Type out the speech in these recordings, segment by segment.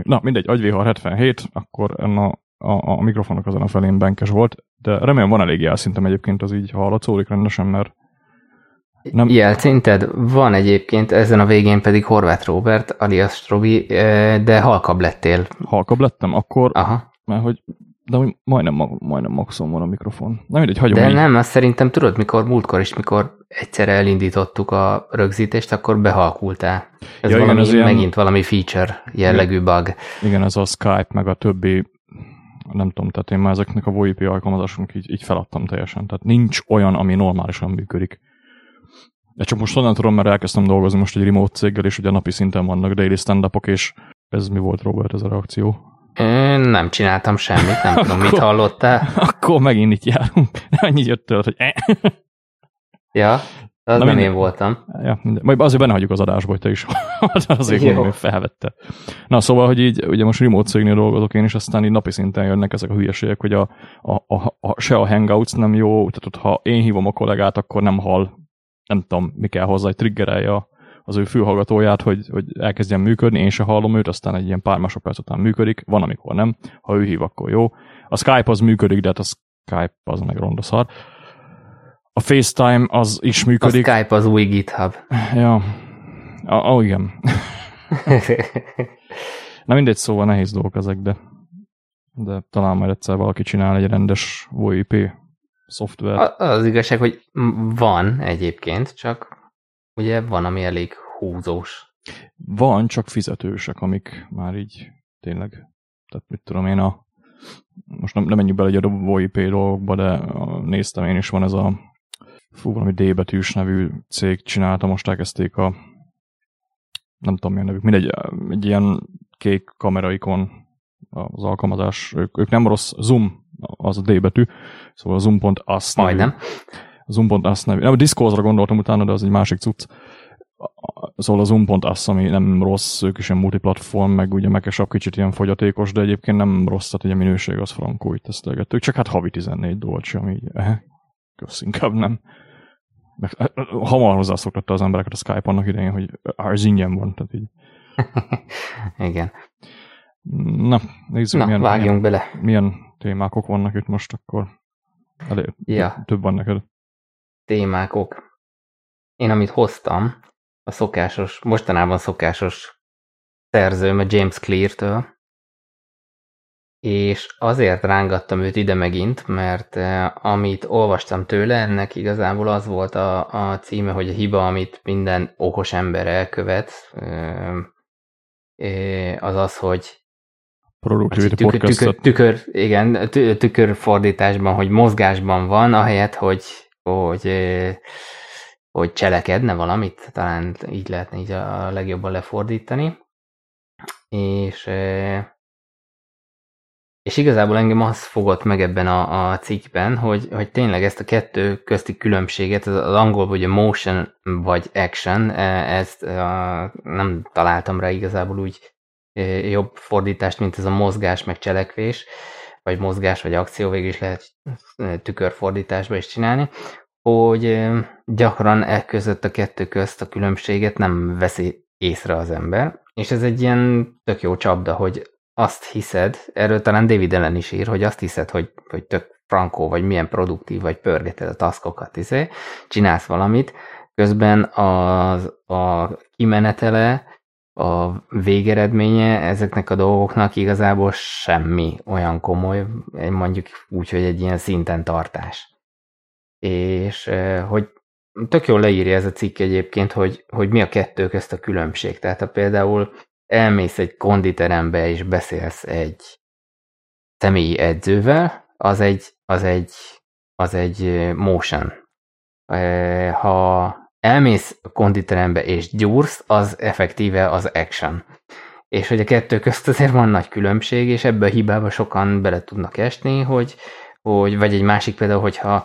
Na, mindegy, agyvihar 77, akkor a mikrofonok azon a felén benkes volt, de remélem van elég jelszintem egyébként, az így hallatszódik rendesen, mert nem... Jelszinted? Van egyébként, ezen a végén pedig Horváth Róbert, alias Strobi, de halkabb lettél. Halkabb lettem? Akkor... Aha. Mert hogy... De majdnem maxon van a mikrofon. Na mindegy, hagyom. De így. nem, azt szerintem tudod, múltkor is, mikor egyszerre elindítottuk a rögzítést, akkor behalkultál. Ez igen, ez megint ilyen... valami feature jellegű bug. Igen, ez a Skype, meg a többi, nem tudom, tehát én már ezeknek a VoIP alkalmazásunk így feladtam teljesen. Tehát nincs olyan, ami normálisan működik. De csak most onnan tudom, mert elkezdtem dolgozni most egy remote céggel, és ugye napi szinten vannak daily stand-upok, és ez mi volt, Robert, ez a reakció? Én nem csináltam semmit, nem tudom, mit hallottál. Akkor megint itt járunk. Annyi jött tőle, hogy Ja, az nem én voltam. Ja, majd azért benne hagyjuk az adásba, hogy te is azért mondom, hogy felvette. Na, szóval, hogy így ugye most remote cégnél dolgozok én is, aztán így napi szinten jönnek ezek a hülyeségek, hogy se a Hangouts nem jó, tehát ha én hívom a kollégát, akkor nem hall, nem tudom, mi kell hozzá, hogy triggerelje az ő fülhallgatóját, hogy elkezdjen működni, én se hallom őt, aztán egy ilyen pár másodperc után működik, van, amikor nem, ha ő hív, akkor jó. A Skype az működik, de hát a Skype az meg ronda szar. A FaceTime az is működik. A Skype az új GitHub. Ja. Igen. Na mindegy, szóval nehéz dolgok ezek, de talán majd egyszer valaki csinál egy rendes VoIP szoftver. Az igazság, hogy van egyébként, csak ugye van, ami elég húzós. Van, csak fizetősek, amik már így tényleg, tehát mit tudom én, most nem menjünk bele egy a VoIP dolgokba, de néztem én is, van ez a valami D betűs nevű cég csinálta, most elkezdték nem tudom milyen nevük, mindegy, egy ilyen kék kameraikon az alkalmazás, ők nem rossz, Zoom az a D betű, szóval a Zoom.us nevű. Majdnem. A Zoom.us nevű. Nem, a Discordra gondoltam utána, de az egy másik cucc. Szóval a Zoom.us, ami nem rossz, ők is ilyen multiplatform, meg ugye Mac-esebb kicsit ilyen fogyatékos, de egyébként nem rossz, tehát ugye a minőség az frankó, itt tesztelgettük. Csak hát havi 14 dolcsi, ami így, kösz, inkább nem. Hamar hozzászoktatta az embereket a Skype annak idején, hogy az ingyen van, tehát így. Igen. Na, nézzük, vágjunk bele. Milyen témákok vannak itt most, akkor több van neked. Témákok. Én amit hoztam, mostanában szokásos szerzőm, a James Clear-től, és azért rángattam őt ide megint, mert amit olvastam tőle, ennek igazából az volt a címe, hogy a hiba, amit minden okos ember elkövet, az az, hogy tükörfordításban, hogy mozgásban van, ahelyett, hogy cselekedne valamit, talán így lehetne így a legjobban lefordítani. És igazából engem az fogott meg ebben a cikkben, hogy tényleg ezt a kettő közti különbséget, az angolban ugye motion vagy action, ezt nem találtam rá igazából úgy jobb fordítást, mint ez a mozgás meg cselekvés, vagy mozgás vagy akció, végül is lehet tükörfordításba is csinálni, hogy gyakran között a kettő közt a különbséget nem veszi észre az ember, és ez egy ilyen tök jó csapda, hogy azt hiszed, erről talán David Allen is ír, hogy azt hiszed, hogy tök frankó, vagy milyen produktív, vagy pörgeted a taskokat, csinálsz valamit, közben a kimenetele, a végeredménye ezeknek a dolgoknak igazából semmi olyan komoly, mondjuk úgy, hogy egy ilyen szinten tartás. És hogy tök jól leírja ez a cikk egyébként, hogy mi a kettő közt a különbség. Tehát ha például elmész egy konditerembe és beszélsz egy személyi edzővel, az egy motion. Ha elmész a konditerembe és gyúrsz, az effektíve az action. És hogy a kettő közt azért van nagy különbség, és ebbe a hibába sokan bele tudnak esni, hogy vagy egy másik például, hogyha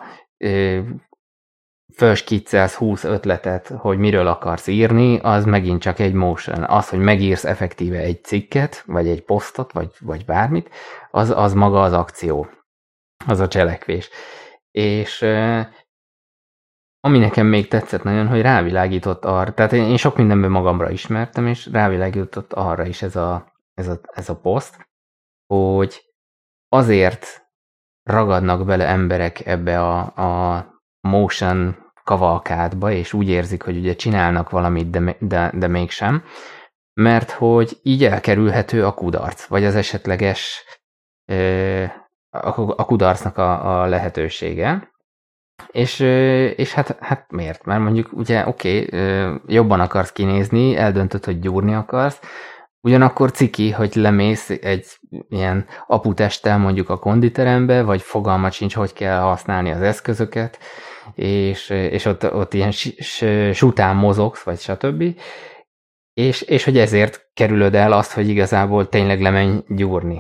fölskiccelsz 20 ötletet, hogy miről akarsz írni, az megint csak egy motion. Az, hogy megírsz effektíve egy cikket, vagy egy posztot, vagy bármit, az maga az akció. Az a cselekvés. És ami nekem még tetszett nagyon, hogy rávilágított arra, tehát én sok mindenben magamra ismertem, és rávilágított arra is ez a ez a poszt, hogy azért ragadnak bele emberek ebbe a motion kavalkádba, és úgy érzik, hogy ugye csinálnak valamit, de mégsem, mert hogy így elkerülhető a kudarc, vagy az esetleges a kudarcnak a lehetősége. És hát miért? Mert mondjuk ugye jobban akarsz kinézni, eldöntöd, hogy gyúrni akarsz, ugyanakkor ciki, hogy lemész egy ilyen aputesttel mondjuk a konditerembe, vagy fogalmat sincs, hogy kell használni az eszközöket, és ott ilyen sután mozogsz, vagy stb. És hogy ezért kerülöd el azt, hogy igazából tényleg lemenj gyúrni.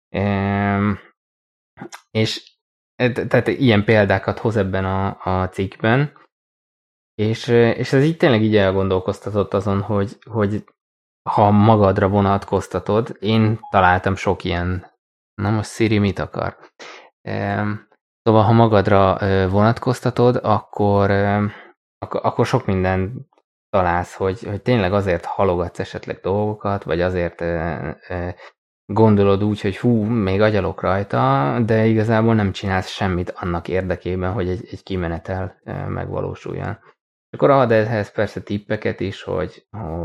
És tehát ilyen példákat hoz ebben a cikkben, és ez így tényleg így elgondolkoztatott azon, hogy ha magadra vonatkoztatod, én találtam sok ilyen, na most Siri mit akar? Szóval, ha magadra vonatkoztatod, akkor sok minden találsz, hogy tényleg azért halogatsz esetleg dolgokat, vagy azért gondolod úgy, hogy hú, még agyalok rajta, de igazából nem csinálsz semmit annak érdekében, hogy egy kimenetel megvalósuljon. Akkor ad ehhez persze tippeket is, hogy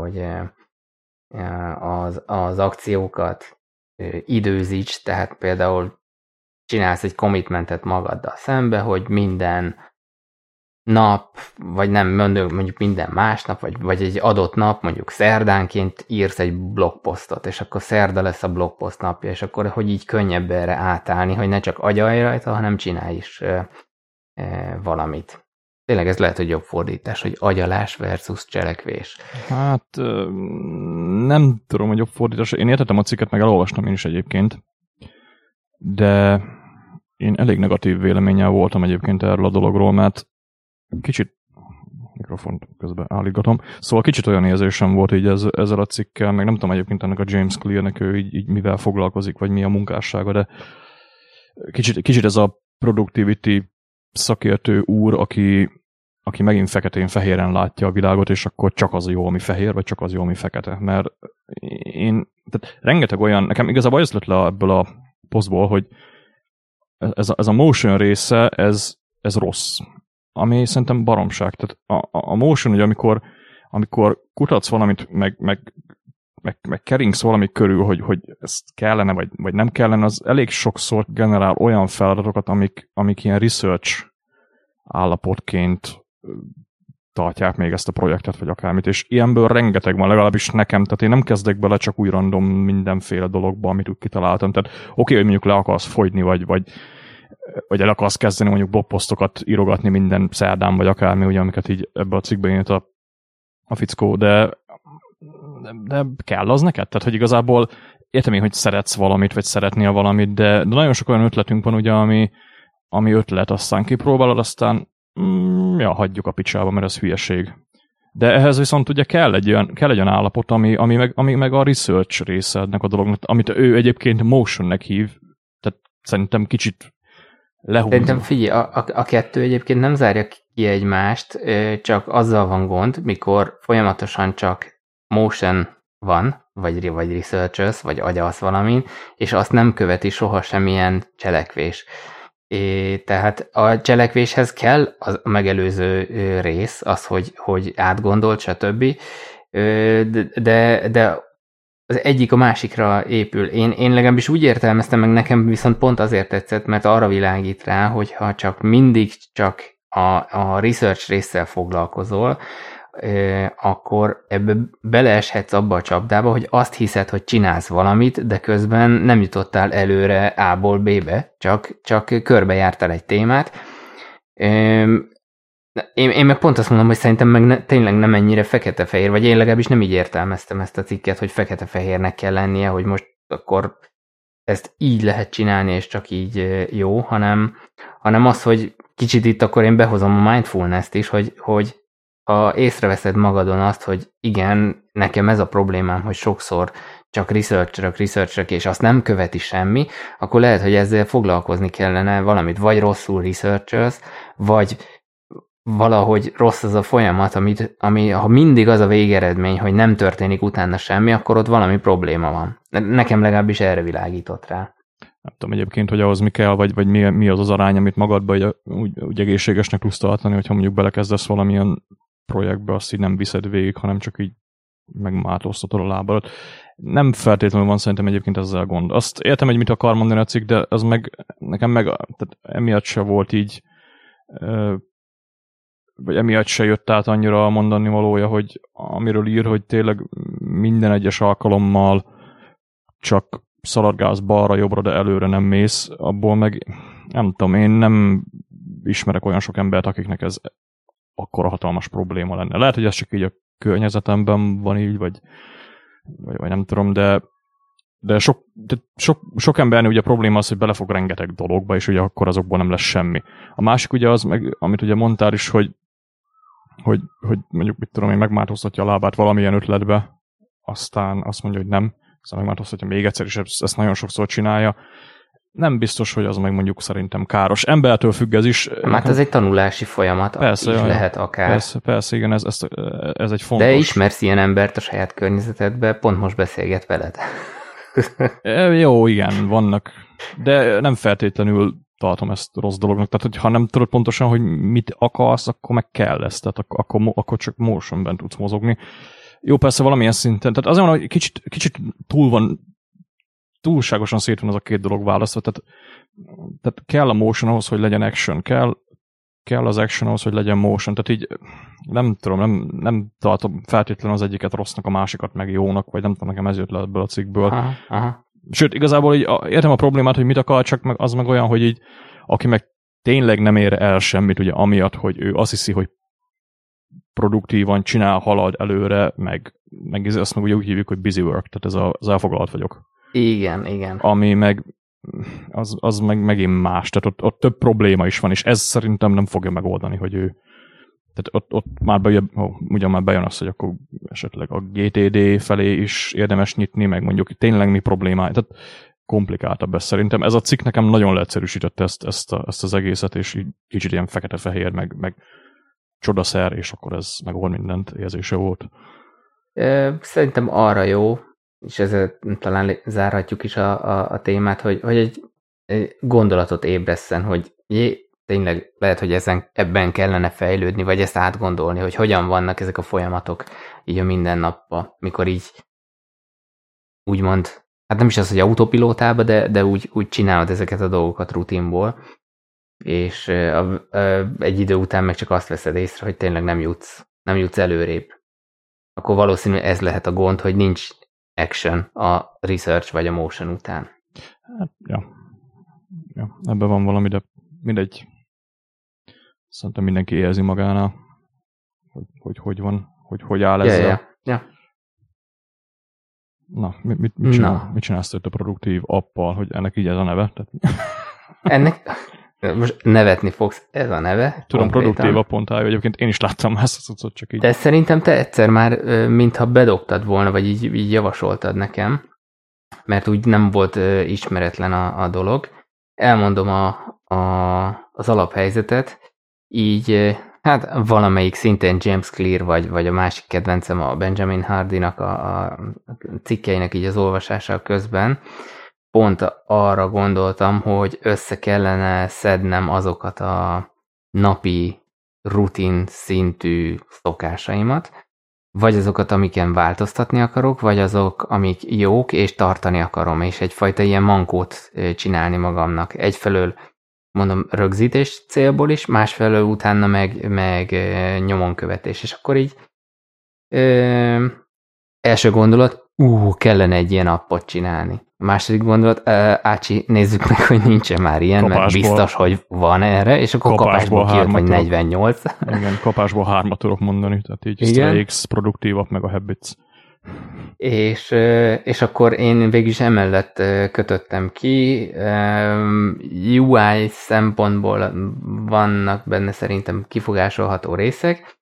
az akciókat időzíts, tehát például csinálsz egy commitmentet magaddal szembe, hogy minden nap, vagy nem, mondjuk minden másnap, vagy egy adott nap, mondjuk szerdánként írsz egy blogposztot, és akkor szerda lesz a blogposzt napja, és akkor hogy így könnyebb erre átállni, hogy ne csak agyalj rajta, hanem csinálj is valamit. Tényleg ez lehet, hogy jobb fordítás, hogy agyalás versus cselekvés. Hát nem tudom, hogy jobb fordítás. Én értettem a cikket, meg elolvastam én is egyébként, de én elég negatív véleménnyel voltam egyébként erről a dologról, mert kicsit mikrofont közben állítgatom. Szóval kicsit olyan érzésem volt így ezzel a cikkel, meg nem tudom egyébként ennek a James Clearnek ő így mivel foglalkozik, vagy mi a munkássága, de kicsit ez a productivity szakértő úr, aki megint feketén-fehéren látja a világot, és akkor csak az jó, ami fehér, vagy csak az jó, ami fekete. Mert tehát rengeteg olyan, nekem igazából az lett le ebből a posztból, hogy ez a motion része, ez rossz. Ami szerintem baromság. Tehát a motion, ugye amikor kutatsz valamit, meg keringsz valami körül, hogy ez kellene, vagy nem kellene, az elég sokszor generál olyan feladatokat, amik ilyen research állapotként tartják még ezt a projektet, vagy akármit, és ilyenből rengeteg van, legalábbis nekem, tehát én nem kezdek bele csak úgy random mindenféle dologba, amit úgy kitaláltam. Tehát oké, hogy mondjuk le akarsz fogyni, vagy el akarsz kezdeni mondjuk blogposztokat írogatni minden szerdán, vagy akármi, ugye, amiket így ebbe a cikkben írt a fickó, de kell az neked? Tehát, hogy igazából értem én, hogy szeretsz valamit, vagy szeretnél valamit, de nagyon sok olyan ötletünk van, ugye, ami ötlet, aztán kipróbálod, aztán hagyjuk a picsába, mert ez hülyeség. De ehhez viszont ugye kell egy olyan állapot, ami meg a research része ennek a dolognak, amit ő egyébként motionnek hív, tehát szerintem kicsit lehúzza. Szerintem figyelj, a kettő egyébként nem zárja ki egymást, csak azzal van gond, mikor folyamatosan csak motion van, vagy researchers, vagy agyalsz valamin, és azt nem követi soha semmilyen cselekvés. Tehát a cselekvéshez kell a megelőző rész, az, hogy átgondolt, stb. De az egyik a másikra épül. Én legalábbis úgy értelmeztem, meg nekem viszont pont azért tetszett, mert arra világít rá, hogyha mindig csak a research résszel foglalkozol, akkor ebbe beleeshetsz abba a csapdába, hogy azt hiszed, hogy csinálsz valamit, de közben nem jutottál előre A-ból B-be, csak körbejártál egy témát. Én meg pont azt mondom, hogy szerintem meg tényleg nem ennyire fekete-fehér, vagy én legalábbis nem így értelmeztem ezt a cikket, hogy fekete-fehérnek kell lennie, hogy most akkor ezt így lehet csinálni, és csak így jó, hanem az, hogy kicsit itt akkor én behozom a mindfulness-t is, hogy ha észreveszed magadon azt, hogy igen, nekem ez a problémám, hogy sokszor csak research-ök, és azt nem követi semmi, akkor lehet, hogy ezzel foglalkozni kellene valamit, vagy rosszul research-ölsz, vagy valahogy rossz az a folyamat, ami ha mindig az a végeredmény, hogy nem történik utána semmi, akkor ott valami probléma van. Nekem legalábbis erre világított rá. Nem tudom egyébként, hogy ahhoz mi kell, vagy mi az az arány, amit magadba úgy egészségesnek tudsz tartani, hogyha mondjuk belekezdesz valamilyen projektbe, azt így nem viszed végig, hanem csak így megmátoztatod a lábadat. Nem feltétlenül van szerintem egyébként ezzel gond. Azt értem, hogy mit akar mondani a cikk, de az nekem tehát emiatt se volt így, vagy emiatt se jött át annyira a mondani valója, hogy amiről ír, hogy tényleg minden egyes alkalommal csak szaladgálsz balra-jobbra, de előre nem mész, abból meg nem tudom, én nem ismerek olyan sok embert, akiknek ez akkora hatalmas probléma lenne. Lehet, hogy ez csak így a környezetemben van így, vagy nem tudom, de sok embernél ugye a probléma az, hogy belefog rengeteg dologba, és ugye akkor azokból nem lesz semmi. A másik ugye az, meg, amit ugye mondtál is, hogy mondjuk, mit tudom én, megváltoztatja a lábát valamilyen ötletbe, aztán azt mondja, hogy nem, aztán megváltoztatja még egyszer, és ezt nagyon sokszor csinálja. Nem biztos, hogy az meg mondjuk szerintem káros. Embertől függ ez is. Hát ez egy tanulási folyamat, persze, is lehet akár. Persze, igen, ez egy fontos. De ismersz ilyen embert a saját környezetedben, pont most beszélget veled. Jó, igen, vannak. De nem feltétlenül tartom ezt rossz dolognak. Tehát, hogyha nem tudod pontosan, hogy mit akarsz, akkor meg kell ezt. Tehát akkor csak motionben tudsz mozogni. Jó, persze valamilyen szinten. Tehát azért van, hogy kicsit túlságosan szét van az a két dolog választva. Tehát kell a motion ahhoz, hogy legyen action. Kell az action ahhoz, hogy legyen motion. Tehát így nem tudom, nem tartom feltétlenül az egyiket rossznak, a másikat meg jónak, vagy nem tudom, nekem ez jött le ebből a cikkből. Aha. Sőt, igazából így értem a problémát, hogy mit akar, csak meg az meg olyan, hogy így, aki meg tényleg nem ér el semmit, ugye amiatt, hogy ő azt hiszi, hogy produktívan csinál, halad előre, meg azt meg ugye úgy hívjuk, hogy busy work, tehát ez az elfoglalt vagyok. Igen. Ami meg az meg megint más, tehát ott több probléma is van, és ez szerintem nem fogja megoldani, hogy ő tehát ott már ugyan már bejön az, hogy akkor esetleg a GTD felé is érdemes nyitni, meg mondjuk tényleg mi problémája, tehát komplikáltabb ez szerintem. Ez a cikk nekem nagyon leegyszerűsítette ezt az egészet, és így kicsit ilyen fekete-fehér, meg csodaszer, és akkor ez megold mindent érzése volt. Szerintem arra jó, és ezzel talán zárhatjuk is a témát, hogy egy gondolatot ébresszen, hogy tényleg lehet, hogy ebben kellene fejlődni, vagy ezt átgondolni, hogy hogyan vannak ezek a folyamatok így a mindennapban, mikor így úgymond, hát nem is az, hogy autopilótába, de úgy csinálod ezeket a dolgokat rutinból, és egy idő után meg csak azt veszed észre, hogy tényleg nem jutsz előrébb. Akkor valószínűleg ez lehet a gond, hogy nincs action a research vagy a motion után. Hát, ja, ebben van valami, de mindegy. Szerintem mindenki érzi magánál, hogy van, hogy áll ezzel. Ja. Na, mit csinálsz a produktív appal, hogy ennek így ez a neve? Tehát... Ennek most nevetni fogsz, ez a neve. Tudom, produktív app.io, egyébként én is láttam már ezt a cuccot, csak így. De szerintem te egyszer már, mintha bedobtad volna, vagy így javasoltad nekem, mert úgy nem volt ismeretlen a dolog. Elmondom az alaphelyzetet, így hát valamelyik szintén James Clear, vagy a másik kedvencem a Benjamin Hardynak a cikkeinek így az olvasása közben, pont arra gondoltam, hogy össze kellene szednem azokat a napi rutin szintű szokásaimat, vagy azokat, amiken változtatni akarok, vagy azok, amik jók, és tartani akarom, és egyfajta ilyen mankót csinálni magamnak. Egyfelől mondom rögzítés célból is, másfelől utána meg nyomonkövetés. És akkor így első gondolat, kellene egy ilyen appot csinálni. A második gondolat, Ácsi, nézzük meg, hogy nincsen már ilyen, kapásból, mert biztos, hogy van erre, és akkor kapásból kijött, hogy 48. Igen, kapásból 3-at tudok mondani, tehát így Strix, produktívak, meg a Habits. És akkor én végülis emellett kötöttem ki. UI szempontból vannak benne szerintem kifogásolható részek,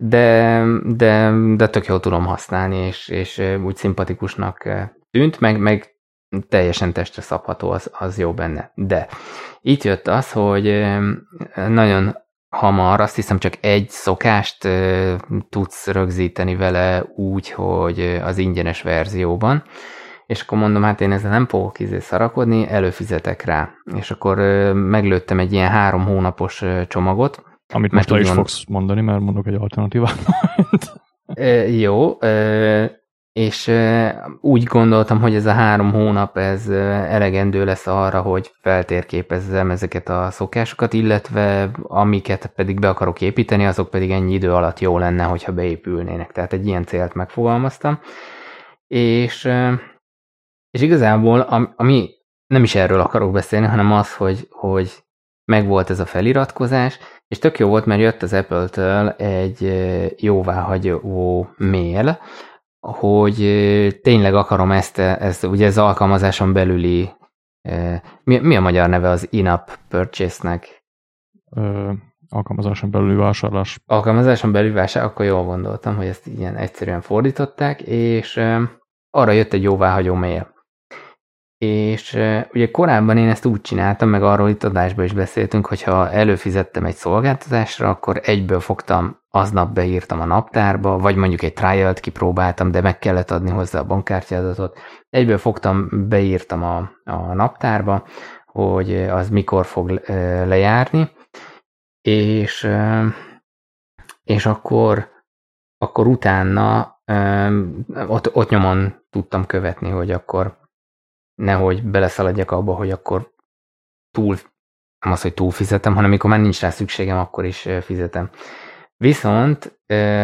de tök jól tudom használni, és úgy szimpatikusnak tűnt, meg teljesen testre szabható, az jó benne. De itt jött az, hogy nagyon hamar, azt hiszem csak egy szokást tudsz rögzíteni vele úgy, hogy az ingyenes verzióban, és akkor mondom, hát én ezzel nem fogok szarakodni, előfizetek rá. És akkor meglőttem egy ilyen 3 hónapos csomagot. Amit most is fogsz mondani, mert mondok egy alternatívát. Jó, és úgy gondoltam, hogy ez a 3 hónap ez elegendő lesz arra, hogy feltérképezzem ezeket a szokásokat, illetve amiket pedig be akarok építeni, azok pedig ennyi idő alatt jó lenne, hogyha beépülnének. Tehát egy ilyen célt megfogalmaztam. És igazából, ami nem is erről akarok beszélni, hanem az, hogy megvolt ez a feliratkozás, és tök jó volt, mert jött az Apple-től egy jóváhagyó mail, hogy tényleg akarom ezt ugye ez alkalmazáson belüli, mi a magyar neve az in-app purchase-nek? Alkalmazáson belüli vásárlás. Alkalmazáson belüli vásárlás, akkor jól gondoltam, hogy ezt ilyen egyszerűen fordították, és arra jött egy jóváhagyó mail. És ugye korábban én ezt úgy csináltam, meg arról itt adásban is beszéltünk, hogyha előfizettem egy szolgáltatásra, akkor egyből fogtam, aznap beírtam a naptárba, vagy mondjuk egy trialt kipróbáltam, de meg kellett adni hozzá a bankkártyadatot. Egyből fogtam, beírtam a naptárba, hogy az mikor fog lejárni, és akkor utána ott nyomon tudtam követni, hogy akkor nehogy beleszaladjak abba, hogy akkor nem az, hogy túl fizetem, hanem amikor már nincs rá szükségem, akkor is fizetem. Viszont,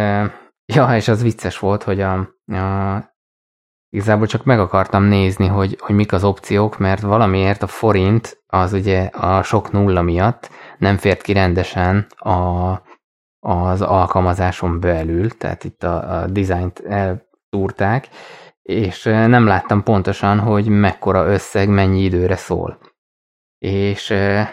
és az vicces volt, hogy igazából csak meg akartam nézni, hogy mik az opciók, mert valamiért a forint az ugye a sok nulla miatt nem fért ki rendesen az alkalmazáson belül, tehát itt a dizájnt eltúrták, és nem láttam pontosan, hogy mekkora összeg mennyi időre szól. És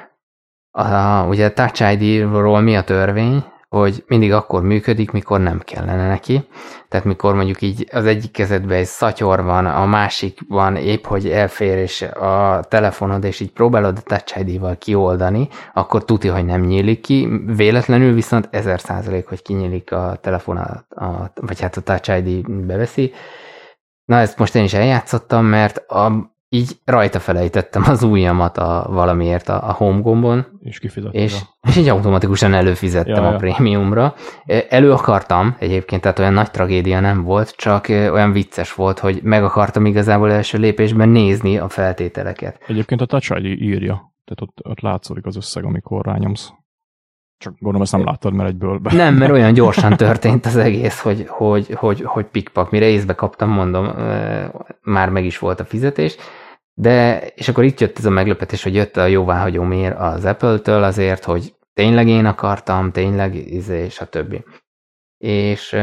ugye a Touch ID-ról mi a törvény, hogy mindig akkor működik, mikor nem kellene neki. Tehát mikor mondjuk így az egyik kezedben egy szatyor van, a másikban épp, hogy elfér, és a telefonod, és így próbálod a Touch ID-val kioldani, akkor tuti, hogy nem nyílik ki. Véletlenül viszont 1000%, hogy kinyílik a telefon, vagy hát a Touch ID beveszi. Na, ezt most én is eljátszottam, mert így rajta felejtettem az ujjamat valamiért a home gombon, és kifizettem. És így automatikusan előfizettem a prémiumra. Elő akartam egyébként, tehát olyan nagy tragédia nem volt, csak olyan vicces volt, hogy meg akartam igazából első lépésben nézni a feltételeket. Egyébként a Touch ID írja, tehát ott látszódik az összeg, amikor rányomsz. Csak gondolom, ezt nem láttad, mert egyből Nem, mert olyan gyorsan történt az egész, hogy pikpak. Mire észbe kaptam, mondom, már meg is volt a fizetés. És akkor itt jött ez a meglepetés, hogy jött a jóváhagyó mail az Apple-től azért, hogy tényleg én akartam, tényleg, és a többi. És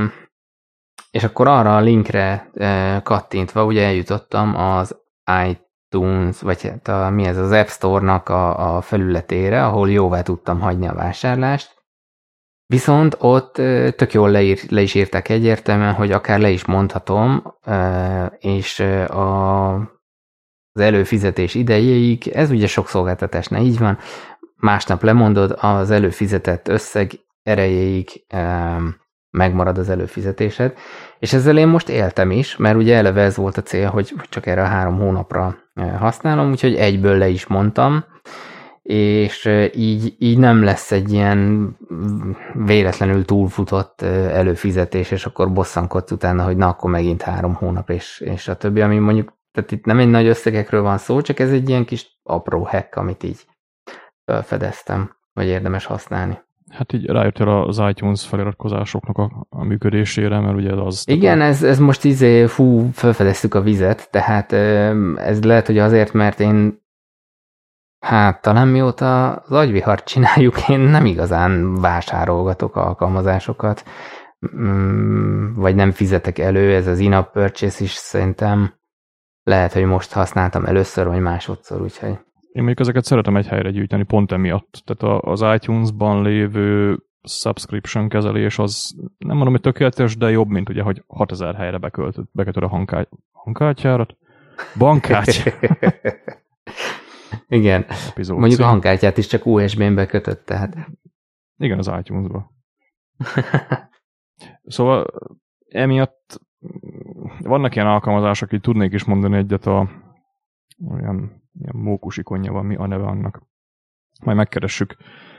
akkor arra a linkre kattintva ugye eljutottam az iTunes, vagy hát mi ez, az App Store-nak a felületére, ahol jóvá tudtam hagyni a vásárlást. Viszont ott tök jól le is írták egyértelműen, hogy akár le is mondhatom, és az előfizetés idejéig, ez ugye sok szolgáltatásnál így van, másnap lemondod, az előfizetett összeg erejéig megmarad az előfizetésed, és ezzel én most éltem is, mert ugye eleve ez volt a cél, hogy csak erre a 3 hónapra használom, úgyhogy egyből le is mondtam, és így nem lesz egy ilyen véletlenül túlfutott előfizetés, és akkor bosszankodsz utána, hogy na, akkor megint 3 hónap, és a többi, ami mondjuk, tehát itt nem egy nagy összegekről van szó, csak ez egy ilyen kis apró hack, amit így felfedeztem, vagy érdemes használni. Hát így rájöttél az iTunes feliratkozásoknak a működésére, mert ugye az... Igen, ez most felfedeztük a vizet, tehát ez lehet, hogy azért, mert én talán mióta az agyvihart csináljuk, én nem igazán vásárolgatok alkalmazásokat, vagy nem fizetek elő, ez az in-app purchase is szerintem lehet, hogy most használtam először, vagy másodszor, úgyhogy... Én mondjuk ezeket szeretem egy helyre gyűjteni, pont emiatt. Tehát az iTunes-ban lévő subscription kezelés az nem mondom, hogy tökéletes, de jobb, mint ugye, hogy 6000 helyre bekötöd a bankkártyárat. Igen. Mondjuk a hangkártyát is csak USB-n bekötött, tehát... Igen, az iTunes-ba. Szóval emiatt vannak ilyen alkalmazások, hogy tudnék is mondani egyet olyan mókus ikonja van, mi a neve annak. Majd megkeressük.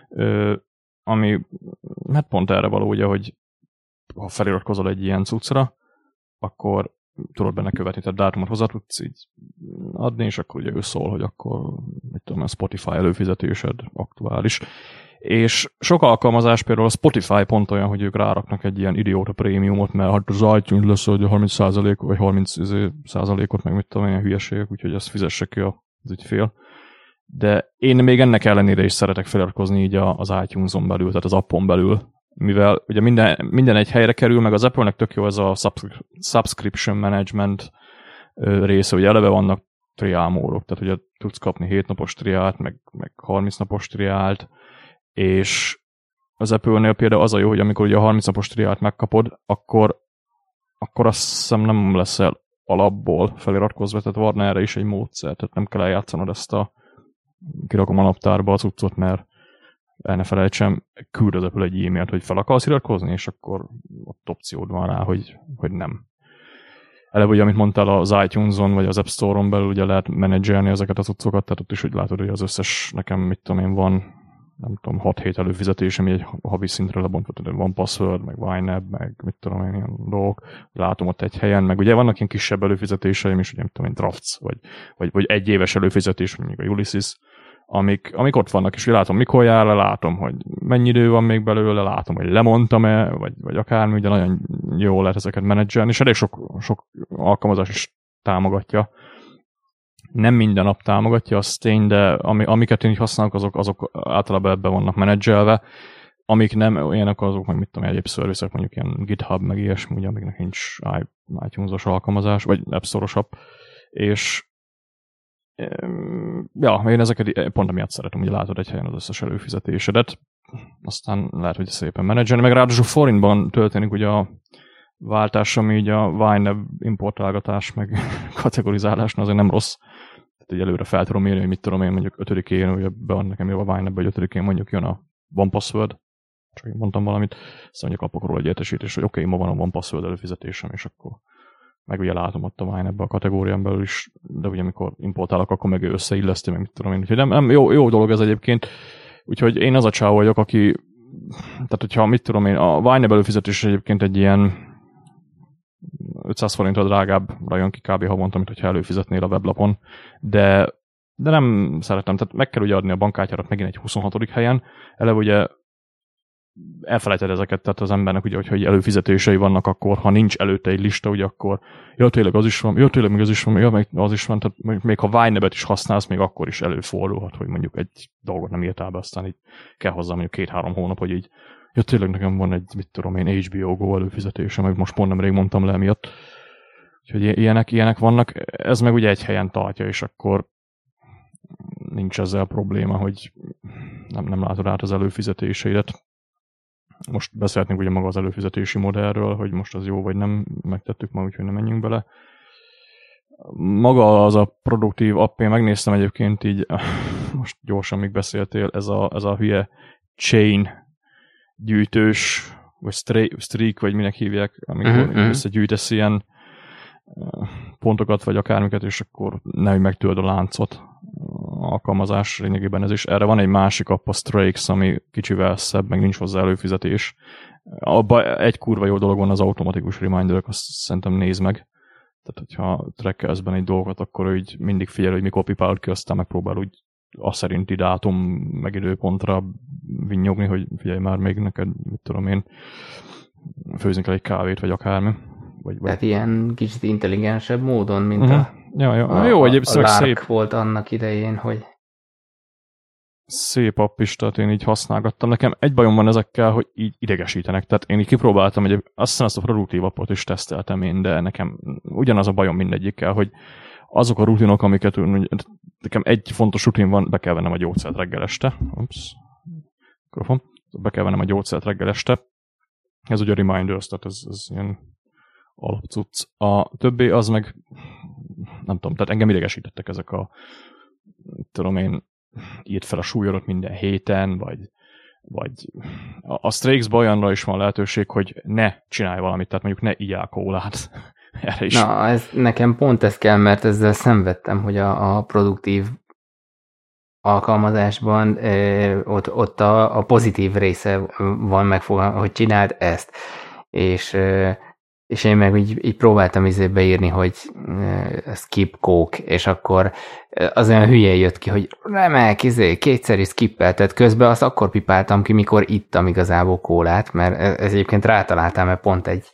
Ami hát pont erre való, ugye, hogy ha feliratkozol egy ilyen cuccra, akkor tudod benne követni, tehát dátumot hozzá tudsz így adni, és akkor ugye ő szól, hogy akkor mit tudom, a Spotify előfizetésed aktuális. És sok alkalmazás, például a Spotify pont olyan, hogy ők ráraknak egy ilyen idióta prémiumot, mert hát az iTunes lesz, hogy 30% vagy 30%-ot, meg mit tudom, ilyen hülyeségek, úgyhogy ezt fizesse ki az ügyfél. De én még ennek ellenére is szeretek feliratkozni így az iTunes-on belül, tehát az appon belül, mivel ugye minden egy helyre kerül, meg az Apple-nek tök jó ez a subscription management része, hogy eleve vannak triál módok, tehát ugye tudsz kapni 7 napos triált, meg 30 napos triált, és az Apple-nél például az a jó, hogy amikor ugye a 30 napos triált megkapod, akkor azt hiszem nem leszel alapból feliratkozva, tehát van erre is egy módszer, tehát nem kell eljátszanod ezt kirakom a naptárba az utcot, mert el ne felejtsem, küldöd Apple egy e-mailt, hogy fel akarsz iratkozni, és akkor ott opciód van rá, hogy nem. Eleve ugye, amit mondtál, az iTunes-on, vagy az App Store-on belül ugye lehet menedzselni ezeket az utcokat, tehát ott is úgy látod, hogy az összes, nekem mit tudom én, van nem tudom, 6 hét előfizetés, ami egy havi szintre lebontva, van Password, meg YNAB, meg mit tudom én, ilyen dolgok, látom ott egy helyen, meg ugye vannak ilyen kisebb előfizetéseim is, ugye, mit tudom én, Drafts, vagy egy éves előfizetés, mondjuk a Ulysses, amik ott vannak, és látom, mikor jár le, látom, hogy mennyi idő van még belőle, látom, hogy lemondtam-e, vagy akármi, ugye nagyon jól lehet ezeket menedzselni, és elég sok alkalmazás is támogatja. Nem minden nap támogatja, az tény, de amiket én így használok, azok általában ebben vannak menedzselve, amik nem olyanok, azok meg mit tudom, egyéb szervizek, mondjuk ilyen GitHub, meg ilyesmi, ugye, amiknek nincs iTunes-os alkalmazás, vagy App Store-os app, és ja, én ezeket pont emiatt szeretem, hogy látod egy helyen az összes előfizetésedet, aztán lehet, hogy szépen menedzselni, meg ráadásul forintban történik ugye a váltás, ami így a YNAB importálgatás, meg kategorizálásnál azért nem rossz. Tehát egy előre fel tudom írni, hogy mit tudom én, mondjuk 5-én, hogy be van nekem jó a YNAB, vagy 5-én mondjuk jön a OnePassword, csak én mondtam valamit, aztán mondjuk kapok róla egy értesítést, hogy oké, ma van a OnePassword előfizetésem, és akkor meg ugye látom ott a YNAB-be a kategórián belül is, de ugye amikor importálok, akkor meg összeilleszti, meg mit tudom én. Úgyhogy nem jó dolog ez egyébként. Úgyhogy én az a csáv vagyok, aki, tehát hogyha mit tudom én, a YNAB előfizetés egyébként egy ilyen 500 forintra drágábbra jön ki kb. Havonta, mint hogyha előfizetnél a weblapon, de nem szeretem, tehát meg kell ugye adni a bankkártyárat megint egy 26. helyen, eleve ugye elfelejted ezeket, tehát az embernek ugye, hogyha előfizetései vannak, akkor ha nincs előtte egy lista, ugye akkor tényleg az is van, tényleg még az is van, meg az is van, tehát még ha YNAB-et is használsz, még akkor is előfordulhat, hogy mondjuk egy dolgot nem írtál be, aztán így kell hozzá mondjuk 2-3 hónap, hogy így tényleg nekem van egy, mit tudom én, HBO Go előfizetésem, meg most pont nemrég mondtam le emiatt. Úgyhogy ilyenek vannak, ez meg ugye egy helyen tartja, és akkor nincs ezzel probléma, hogy nem látod át az előfizetéseidet. Most beszélhetnénk ugye maga az előfizetési modellről, hogy most az jó vagy nem, megtettük ma, úgyhogy nem menjünk bele. Maga az a produktív app, én megnéztem egyébként így, most gyorsan még beszéltél, ez a hülye chain gyűjtős, vagy streak, vagy minek hívják, amikor összegyűjtesz ilyen pontokat, vagy akármiket, és akkor nehogy megtölöd a láncot alkalmazás lényegében ez is. Erre van egy másik app, a Strakes, ami kicsivel szebb, meg nincs hozzá előfizetés. Abban egy kurva jó dolog van, az automatikus reminderek, azt szerintem nézd meg. Tehát, hogyha trackelsz benne egy dolgot, akkor így mindig figyel, hogy mikor pipálod ki, aztán megpróbál úgy azt szerinti dátum, meg időpontra vinnyogni, hogy figyelj már még neked, mit tudom én, főzünk el egy kávét, vagy akármi. Tehát ilyen kicsit intelligensebb módon, mint jó, a Lark volt annak idején, hogy szép app is, tehát én így használgattam. Nekem egy bajom van ezekkel, hogy így idegesítenek. Tehát én így kipróbáltam, hogy azt hiszem ezt a produktív appot is teszteltem én, de nekem ugyanaz a bajom mindegyikkel, hogy azok a rutinok, amiket nekem egy fontos rutin van, be kell vennem a gyógyszert reggel este. Be kell vennem a gyógyszert reggel este. Ez ugye a reminders, tehát ez ilyen alapcucc. A többi az meg nem tudom, tehát engem idegesítettek ezek a tudom én, írt fel a súlyodat minden héten, vagy vagy a Strakes-ban olyanra is van lehetőség, hogy ne csinálj valamit, tehát mondjuk ne igyál kólát. Erre is. Na, nekem pont ez kell, mert ezzel szenvedtem, hogy a produktív alkalmazásban ott a pozitív része van megfogalmazva, hogy csináld ezt. És én meg így próbáltam beírni, hogy skip coke, és akkor az olyan hülye jött ki, hogy remek, kétszer is skippelted, közben azt akkor pipáltam ki, mikor ittam igazából kólát, mert ez egyébként rátaláltam, mert pont egy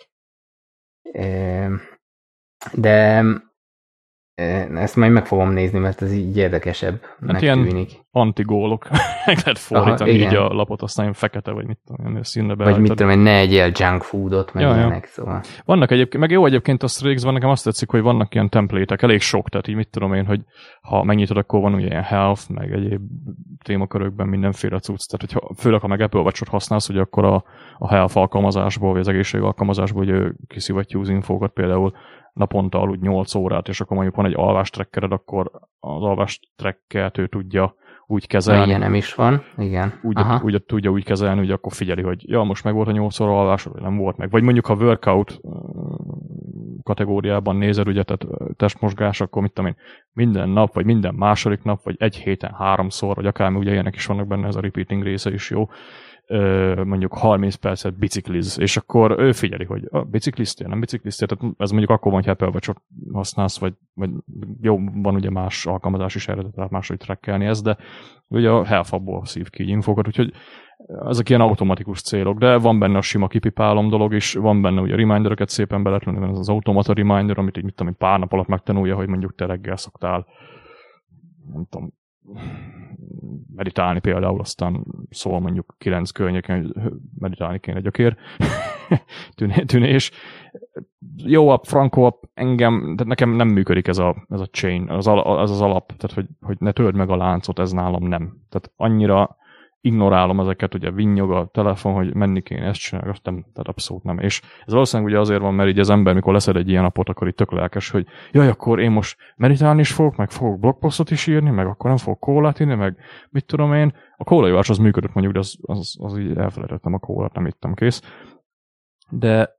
de ezt majd meg fogom nézni, mert ez így érdekesebbnek tűnik. Antigólok. Meg lehet fordítani így a lapot, aztán fekete, vagy mit tudom, a színre beállítani. Vagy mit tudom, ne egyél junk foodot, meg ilyenek, szóval. Vannak egyébként, meg jó egyébként a Strakes-ban, nekem azt tetszik, hogy vannak ilyen templétek, elég sok, tehát így mit tudom én, hogy ha megnyitod, akkor van ugye ilyen health, meg egyéb témakörökben mindenféle cucc, tehát hogyha, főleg ha meg Apple Watch-ot használsz, hogy akkor a health alkalmazásból, vagy az egészség alkalmazásból, hogy kiszivattyú infókat például naponta aludj 8 órát, és akkor mondjuk van egy alvástrekkered, akkor az alvástrekkert ő tudja úgy kezelni. Ilyen nem is van, igen. Úgy tudja úgy kezelni, hogy akkor figyeli, hogy ja, most meg volt a 8 óra alvás, vagy nem volt meg. Vagy mondjuk, ha workout kategóriában nézed, ugye, tehát testmozgás, akkor mit tudom én, minden nap, vagy minden második nap, vagy egy héten 3-szor, vagy akármi, ugye ilyenek is vannak benne, ez a repeating része is jó. Mondjuk 30 percet bicikliz, és akkor ő figyeli, hogy biciklisztél, nem biciklisztél, tehát ez mondjuk akkor van, hogy Apple Watch-ot használsz, vagy jó, van ugye más alkalmazás is erre, tehát máshogy trackelni ezt, de ugye a Health-abból szív ki infókat, úgyhogy ezek ilyen automatikus célok, de van benne a sima kipipálom dolog is, van benne ugye remindereket szépen be lehet lenni, ez az automata reminder, amit így mit tudom, pár nap alatt megtanulja, hogy mondjuk te reggel szoktál, nem tudom, meditálni például, aztán szól mondjuk 9 környéken, hogy meditálni kéne gyökér, tűnés. Jó app, frankó app, tehát nekem nem működik ez a chain, az alap, tehát hogy ne törd meg a láncot, ez nálam nem. Tehát annyira ignorálom ezeket, ugye vinnyog a telefon, hogy menni kéne, ezt csinálni, azt nem, tehát abszolút nem. És ez valószínűleg ugye azért van, mert így az ember, mikor leszed egy ilyen napot, akkor itt tök lelkes, hogy jaj, akkor én most meditálni is fogok, meg fogok blogposztot is írni, meg akkor nem fogok kólát inni, meg mit tudom én. A kólaivás az működött mondjuk, de az így elfelejtettem a kólát, nem ittem, kész. De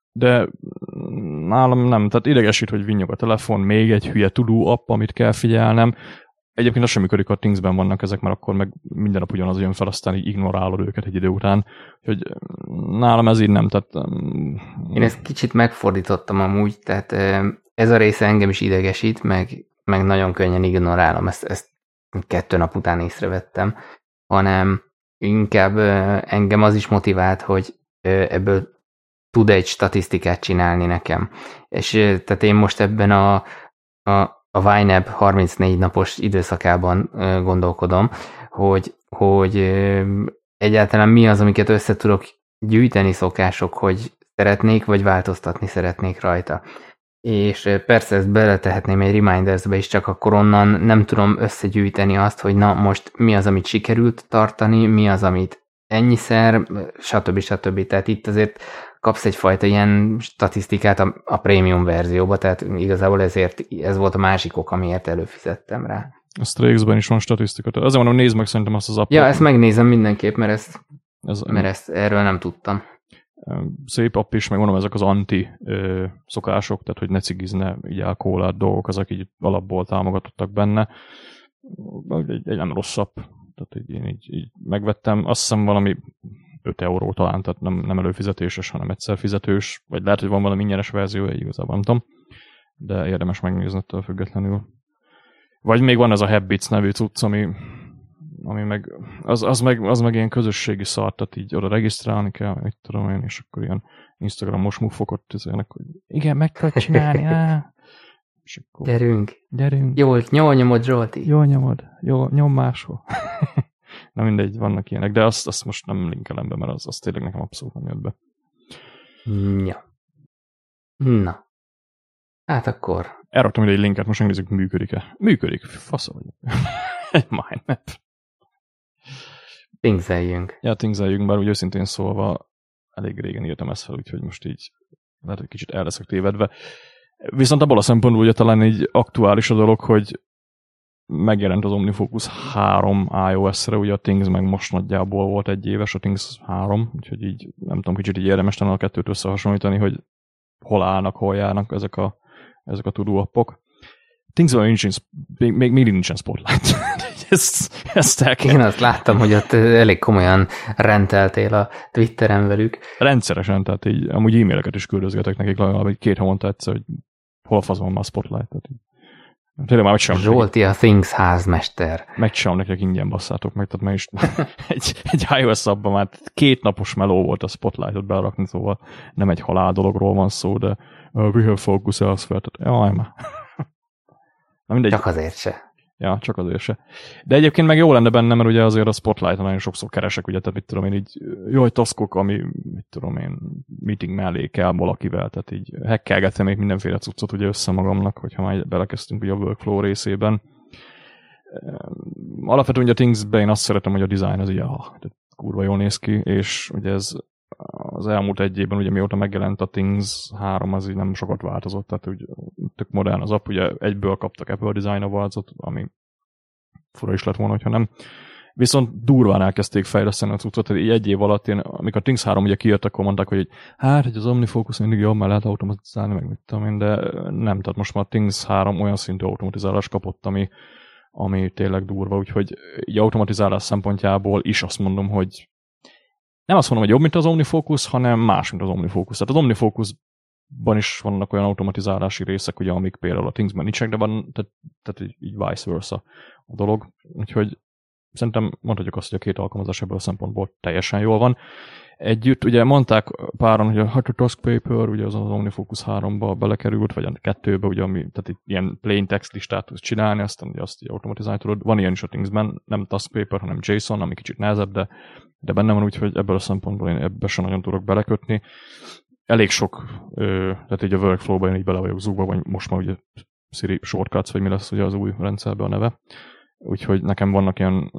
nálam nem, tehát idegesít, hogy vinnyog a telefon, még egy hülye to-do app, amit kell figyelnem. Egyébként az sem működik, a Thingsben vannak ezek, mert akkor meg minden nap ugyanaz jön fel, aztán így ignorálod őket egy idő után. Úgyhogy nálam ez így nem, tehát... Én ezt kicsit megfordítottam amúgy, tehát ez a része engem is idegesít, meg nagyon könnyen ignorálom, ezt 2 nap után észrevettem, hanem inkább engem az is motivált, hogy ebből tud egy statisztikát csinálni nekem. És tehát én most ebben a YNAB 34 napos időszakában gondolkodom, hogy egyáltalán mi az, amiket össze tudok gyűjteni szokások, hogy szeretnék, vagy változtatni szeretnék rajta. És persze ezt beletehetném egy remindersbe is, csak akkor onnan nem tudom összegyűjteni azt, hogy na most mi az, amit sikerült tartani, mi az, amit ennyiszer, stb. Tehát itt azért kapsz egyfajta ilyen statisztikát a prémium verzióba, tehát igazából ezért ez volt a másik ok, amiért előfizettem rá. A Strakes-ben is van statisztika. Azért mondom, nézd meg szerintem azt az appot. Ja, ezt megnézem mindenképp, mert ezt erről nem tudtam. Szép app is, meg mondom, ezek az anti szokások, tehát hogy ne cigizne, így kólát dolgok, ezek így alapból támogatottak benne. Egy nem rossz app. Tehát én így megvettem. Azt hiszem valami 5 euró talán, tehát nem előfizetéses, hanem egyszer fizetős, vagy lehet, hogy van valami ingyenes verzió, igazából nem tudom, de érdemes megnézni ettől függetlenül. Vagy még van ez a Habits nevű cucc, ami meg az meg ilyen közösségi szart, tehát így oda regisztrálni kell, mit tudom én, és akkor ilyen Instagramos muffokat tüzelnek, hogy igen, meg kell csinálni, és akkor... Gyerünk. Jól nyomod, Zsolti. Jól nyomod. Nyom máshol. Na mindegy, vannak ilyenek, de azt most nem linkelem be, mert az tényleg nekem abszolút nem jött be. Ja. Na. Hát akkor... Elraktam ide egy linket, most megnézzük, működik-e. Működik, fasza vagyok. Egy mindmap. Thingszeljünk. Ja, thingszeljünk, bár úgy őszintén szólva elég régen írtam ezt fel, úgyhogy most így lehet, hogy kicsit el leszek tévedve. Viszont abból a szempontból ugye talán így aktuális a dolog, hogy megjelent az OmniFocus 3 iOS-re, ugye a Things meg most nagyjából volt 1 éves, a Things 3, úgyhogy így nem tudom, kicsit így érdemes lenne a kettőt összehasonlítani, hogy hol állnak, hol járnak ezek a to-do appok. Thingsben még mindig nincsen Spotlight. ezt el kell. Én azt láttam, hogy ott elég komolyan rendeltél a Twitteren velük. Rendszeresen, tehát így amúgy e-maileket is küldözgetek nekik legalább 2 havonta egyszer, hogy hol fazon már a Spotlight. Tényleg már megcsinálom. Zsolti a Things házmester. Megcsinálom nekik ingyen, basszátok meg, tehát meg is egy iOS appban már 2 napos meló volt a Spotlightot berakni, szóval nem egy halál dologról van szó, de we have focus elsewhere, tehát jaj már. Csak azért se. Ja, csak azért se. De egyébként meg jó lenne benne, mert ugye azért a Spotlight-on nagyon sokszor keresek, ugye, tehát mit tudom én így, jaj, taskok, ami, mit tudom én, meeting mellé kell valakivel, tehát így hackelgetem még mindenféle cuccot ugye össze magamnak, hogyha már belekezdtünk ugye a workflow részében. Alapvetően ugye a Thingsben én azt szeretem, hogy a design az így, kurva jól néz ki, és ugye ez az elmúlt 1 évben, ugye mióta megjelent a Things 3, az így nem sokat változott, tehát úgy tök modern az app, ugye egyből kaptak Apple Design Awards-ot, ami fura is lett volna, hogyha nem. Viszont durván elkezdték fejleszteni a cuccot, tehát így 1 év alatt amikor a Things 3 ugye kijött, akkor mondták, hogy hogy az OmniFocus mindig jobb, mert lehet automatizálni, meg mit tudom én, de nem, tehát most már a Things 3 olyan szintű automatizálás kapott, ami tényleg durva, úgyhogy így automatizálás szempontjából is azt mondom, hogy nem azt mondom, hogy jobb, mint az OmniFocus, hanem más, mint az OmniFocus. Tehát az OmniFocusban is vannak olyan automatizálási részek, ugye, amik például a Thingsben nincsenek, de van, tehát így vice versa a dolog. Úgyhogy szerintem mondhatjuk azt, hogy a 2 alkalmazás ebből a szempontból teljesen jól van. Együtt, ugye mondták páran, hogy a Task Paper, ugye az OmniFocus 3-ba belekerült, vagy a 2-be, ugye, tehát itt ilyen plain text listát tudsz csinálni, aztán ugye azt így automatizálni tudod. Van ilyen is a Thingsben, nem Task Paper, hanem JSON, ami kicsit nehezebb, de benne van, úgyhogy ebből a szempontból én ebbe sem nagyon tudok belekötni. Elég sok, tehát így a workflow-ban én így bele vagyok zúgva, vagy most már ugye Siri Shortcuts, vagy mi lesz ugye az új rendszerben a neve. Úgyhogy nekem vannak ilyen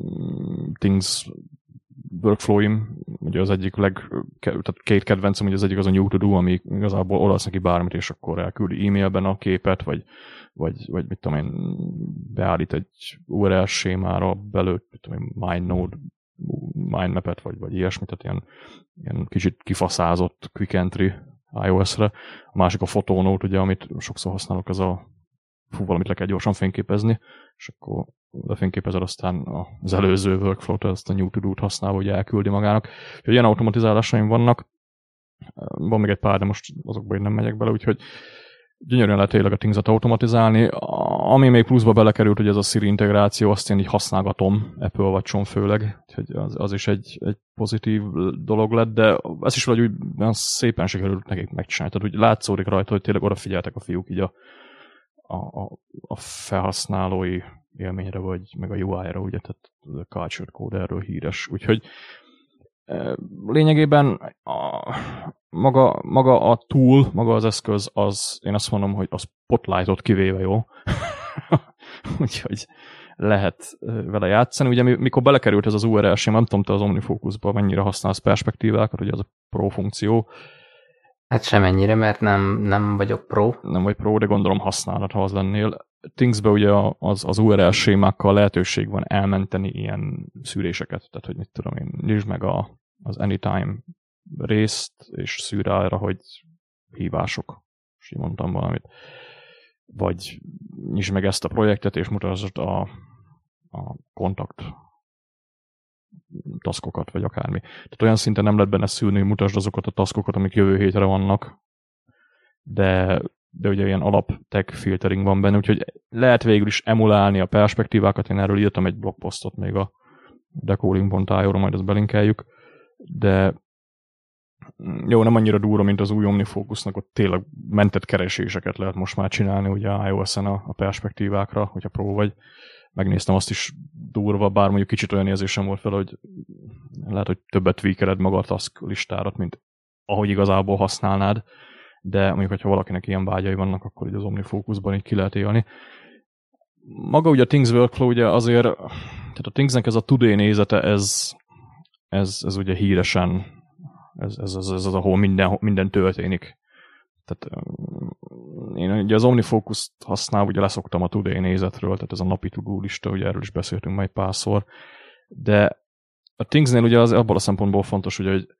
Things workflow-im, ugye az egyik tehát 2 kedvencem, ugye az egyik az a New To Do, ami igazából olasz neki bármit, és akkor elküldi e-mailben a képet, vagy mit tudom én, beállít egy URL sémára belőtt, mit tudom én, MindNode, mindmap-et, vagy ilyesmit, tehát ilyen kicsit kifaszázott quick entry iOS-re. A másik a Photonote, ugye, amit sokszor használok, ez valamit le kell gyorsan fényképezni, és akkor lefényképezed, aztán az előző workflow-t, azt a New To Do-t használva, hogy elküldi magának. Úgyhogy ilyen automatizálásaim vannak. Van még egy pár, de most azokban én nem megyek bele, úgyhogy gyönyörűen lehet tényleg a Things-et automatizálni. Ami még pluszba belekerült, hogy ez a Siri integráció, azt én így használgatom, Apple Watch-on főleg, úgyhogy az is egy pozitív dolog lett, de ez is valahogy úgy szépen sikerült nekik megcsinálni. Tehát úgy látszódik rajta, hogy tényleg odafigyeltek a fiúk így a felhasználói élményre, vagy meg a UI-ra, ugye, tehát a Cultured Code erről híres. Úgyhogy lényegében maga a tool, maga az eszköz, az én azt mondom, hogy a Spotlightot kivéve jó. Úgyhogy lehet vele játszani. Ugye mikor belekerült ez az URL sem, nem tudom, te az OmniFocusban mennyire használsz perspektívákat, ugye az a Pro funkció. Hát semennyire, mert nem vagyok pro. Nem vagy pro, de gondolom használod, ha az lennél. Thingsben ugye az URL sémákkal lehetőség van elmenteni ilyen szűréseket, tehát hogy mit tudom én, nyisd meg az Anytime részt, és szűr arra, hogy hívások, és így mondtam valamit. Vagy nyisd meg ezt a projektet, és mutasd a kontakt taskokat, vagy akármi. Tehát olyan szinten nem lehet benne szűrni, hogy mutasd azokat a taskokat, amik jövő hétre vannak, de ugye ilyen alap tag filtering van benne, úgyhogy lehet végül is emulálni a perspektívákat. Én erről írtam egy blogposztot még a decoding.io-ra, majd ezt belinkeljük, de jó, nem annyira durva, mint az új OmniFocusnak, ott tényleg mentett kereséseket lehet most már csinálni ugye iOS-en a perspektívákra, hogyha pro vagy. Megnéztem, azt is durva, bár mondjuk kicsit olyan érzésem volt fel, hogy lehet, hogy többet tweakeled maga a task listárat, mint ahogy igazából használnád, de mondjuk, hogyha valakinek ilyen vágyai vannak, akkor így az OmniFocusban így ki lehet élni. Maga ugye a Things workflow ugye azért, tehát a Thingsnek ez a today nézete, ez ugye híresen, ez az, ahol minden történik. Tehát én ugye az OmniFocus-t használom, ugye leszoktam a Today nézetről, tehát ez a napi to-do lista, ugye erről is beszéltünk majd párszor, de a Thingsnél ugye az abban a szempontból fontos, ugye, hogy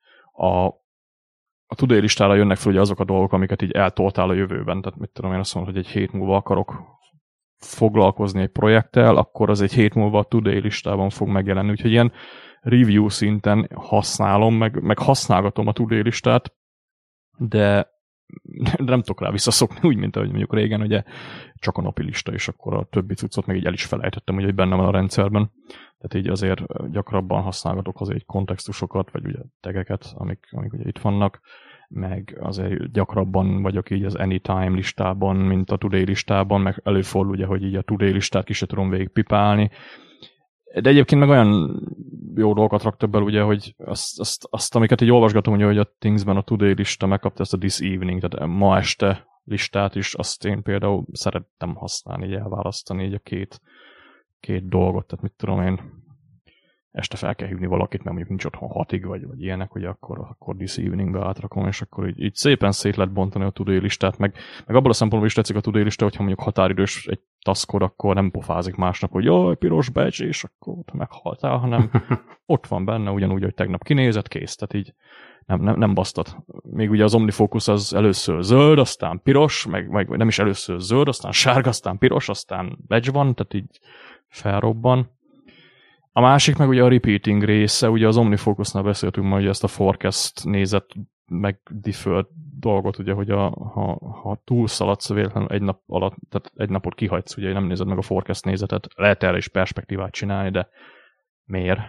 a Today listára jönnek fel ugye azok a dolgok, amiket így eltoltál a jövőben, tehát mit tudom én azt mondom, hogy egy hét múlva akarok foglalkozni egy projekttel, akkor az egy hét múlva a Today listában fog megjelenni, úgyhogy ilyen review szinten használom, meg használgatom a Today listát, de nem tudok rá visszaszokni, úgy, mint ahogy mondjuk régen, ugye csak a napi lista, és akkor a többi cuccot meg így el is felejtettem, hogy benne van a rendszerben. Tehát így azért gyakrabban használgatok azért kontextusokat, vagy ugye tegeket, amik ugye itt vannak, meg azért gyakrabban vagyok így az Anytime listában, mint a Today listában, meg előfordul ugye, hogy így a Today listát ki se tudom végig pipálni. De egyébként meg olyan jó dolgokat raktak be, ugye, hogy azt amiket így olvasgatom, ugye, hogy a Thingsben a Today lista megkapta ezt a This Evening, tehát ma este listát is, azt én például szerettem használni, így elválasztani így a két dolgot, tehát mit tudom én, este fel kell hívni valakit, mert mondjuk nincs otthon 6-ig, vagy ilyenek, hogy akkor This Eveningbe átrakom, és akkor így szépen szét lehet bontani a Today listát, meg abban a szempontból is tetszik a Today lista, hogyha mondjuk határidős egy taskod, akkor nem pofázik másnap, hogy jaj, piros badge, és akkor meghaltál, hanem ott van benne, ugyanúgy, hogy tegnap kinézett, kész, tehát így nem basztat. Még ugye az OmniFocus az először zöld, aztán piros, meg nem is először zöld, aztán sárga, aztán piros, aztán badge van, tehát így felrobban. A másik meg ugye a repeating része, ugye az OmniFocusnál beszéltünk majd, hogy ezt a forecast nézet, meg deferred dolgot, ugye, hogy ha túlszaladsz véletlenül egy nap alatt, tehát egy napot kihagysz, ugye nem nézed meg a forecast nézetet, lehet erre is perspektívát csinálni, de miért?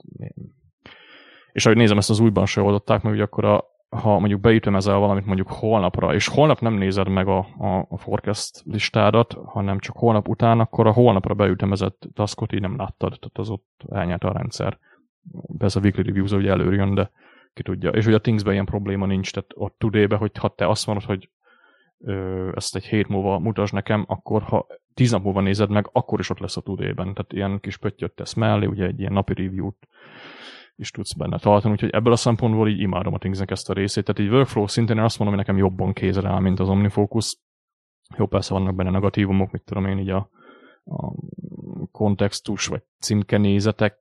És ahogy nézem, ezt az újban se oldották meg, ugye akkor ha mondjuk beütemezel valamit mondjuk holnapra, és holnap nem nézed meg a forecast listádat, hanem csak holnap után, akkor a holnapra beütemezett taskot így nem láttad, tehát az ott elnyerte a rendszer. Persze a weekly reviews ugye előjön, de ki tudja. És ugye a Thingsben ilyen probléma nincs, tehát ott Today-be, hogy ha te azt mondod, hogy ezt egy hét múlva mutasd nekem, akkor ha 10 nap múlva nézed meg, akkor is ott lesz a Today-ben. Tehát ilyen kis pöttyöt tesz mellé, ugye egy ilyen napi review-t is tudsz benne tartani, úgyhogy ebből a szempontból így imádom a Thingsnek ezt a részét. Tehát így workflow szinten én azt mondom, hogy nekem jobban kézre áll, mint az OmniFocus. Jó, persze vannak benne negatívumok, mit tudom én, így a kontextus vagy címkenézetek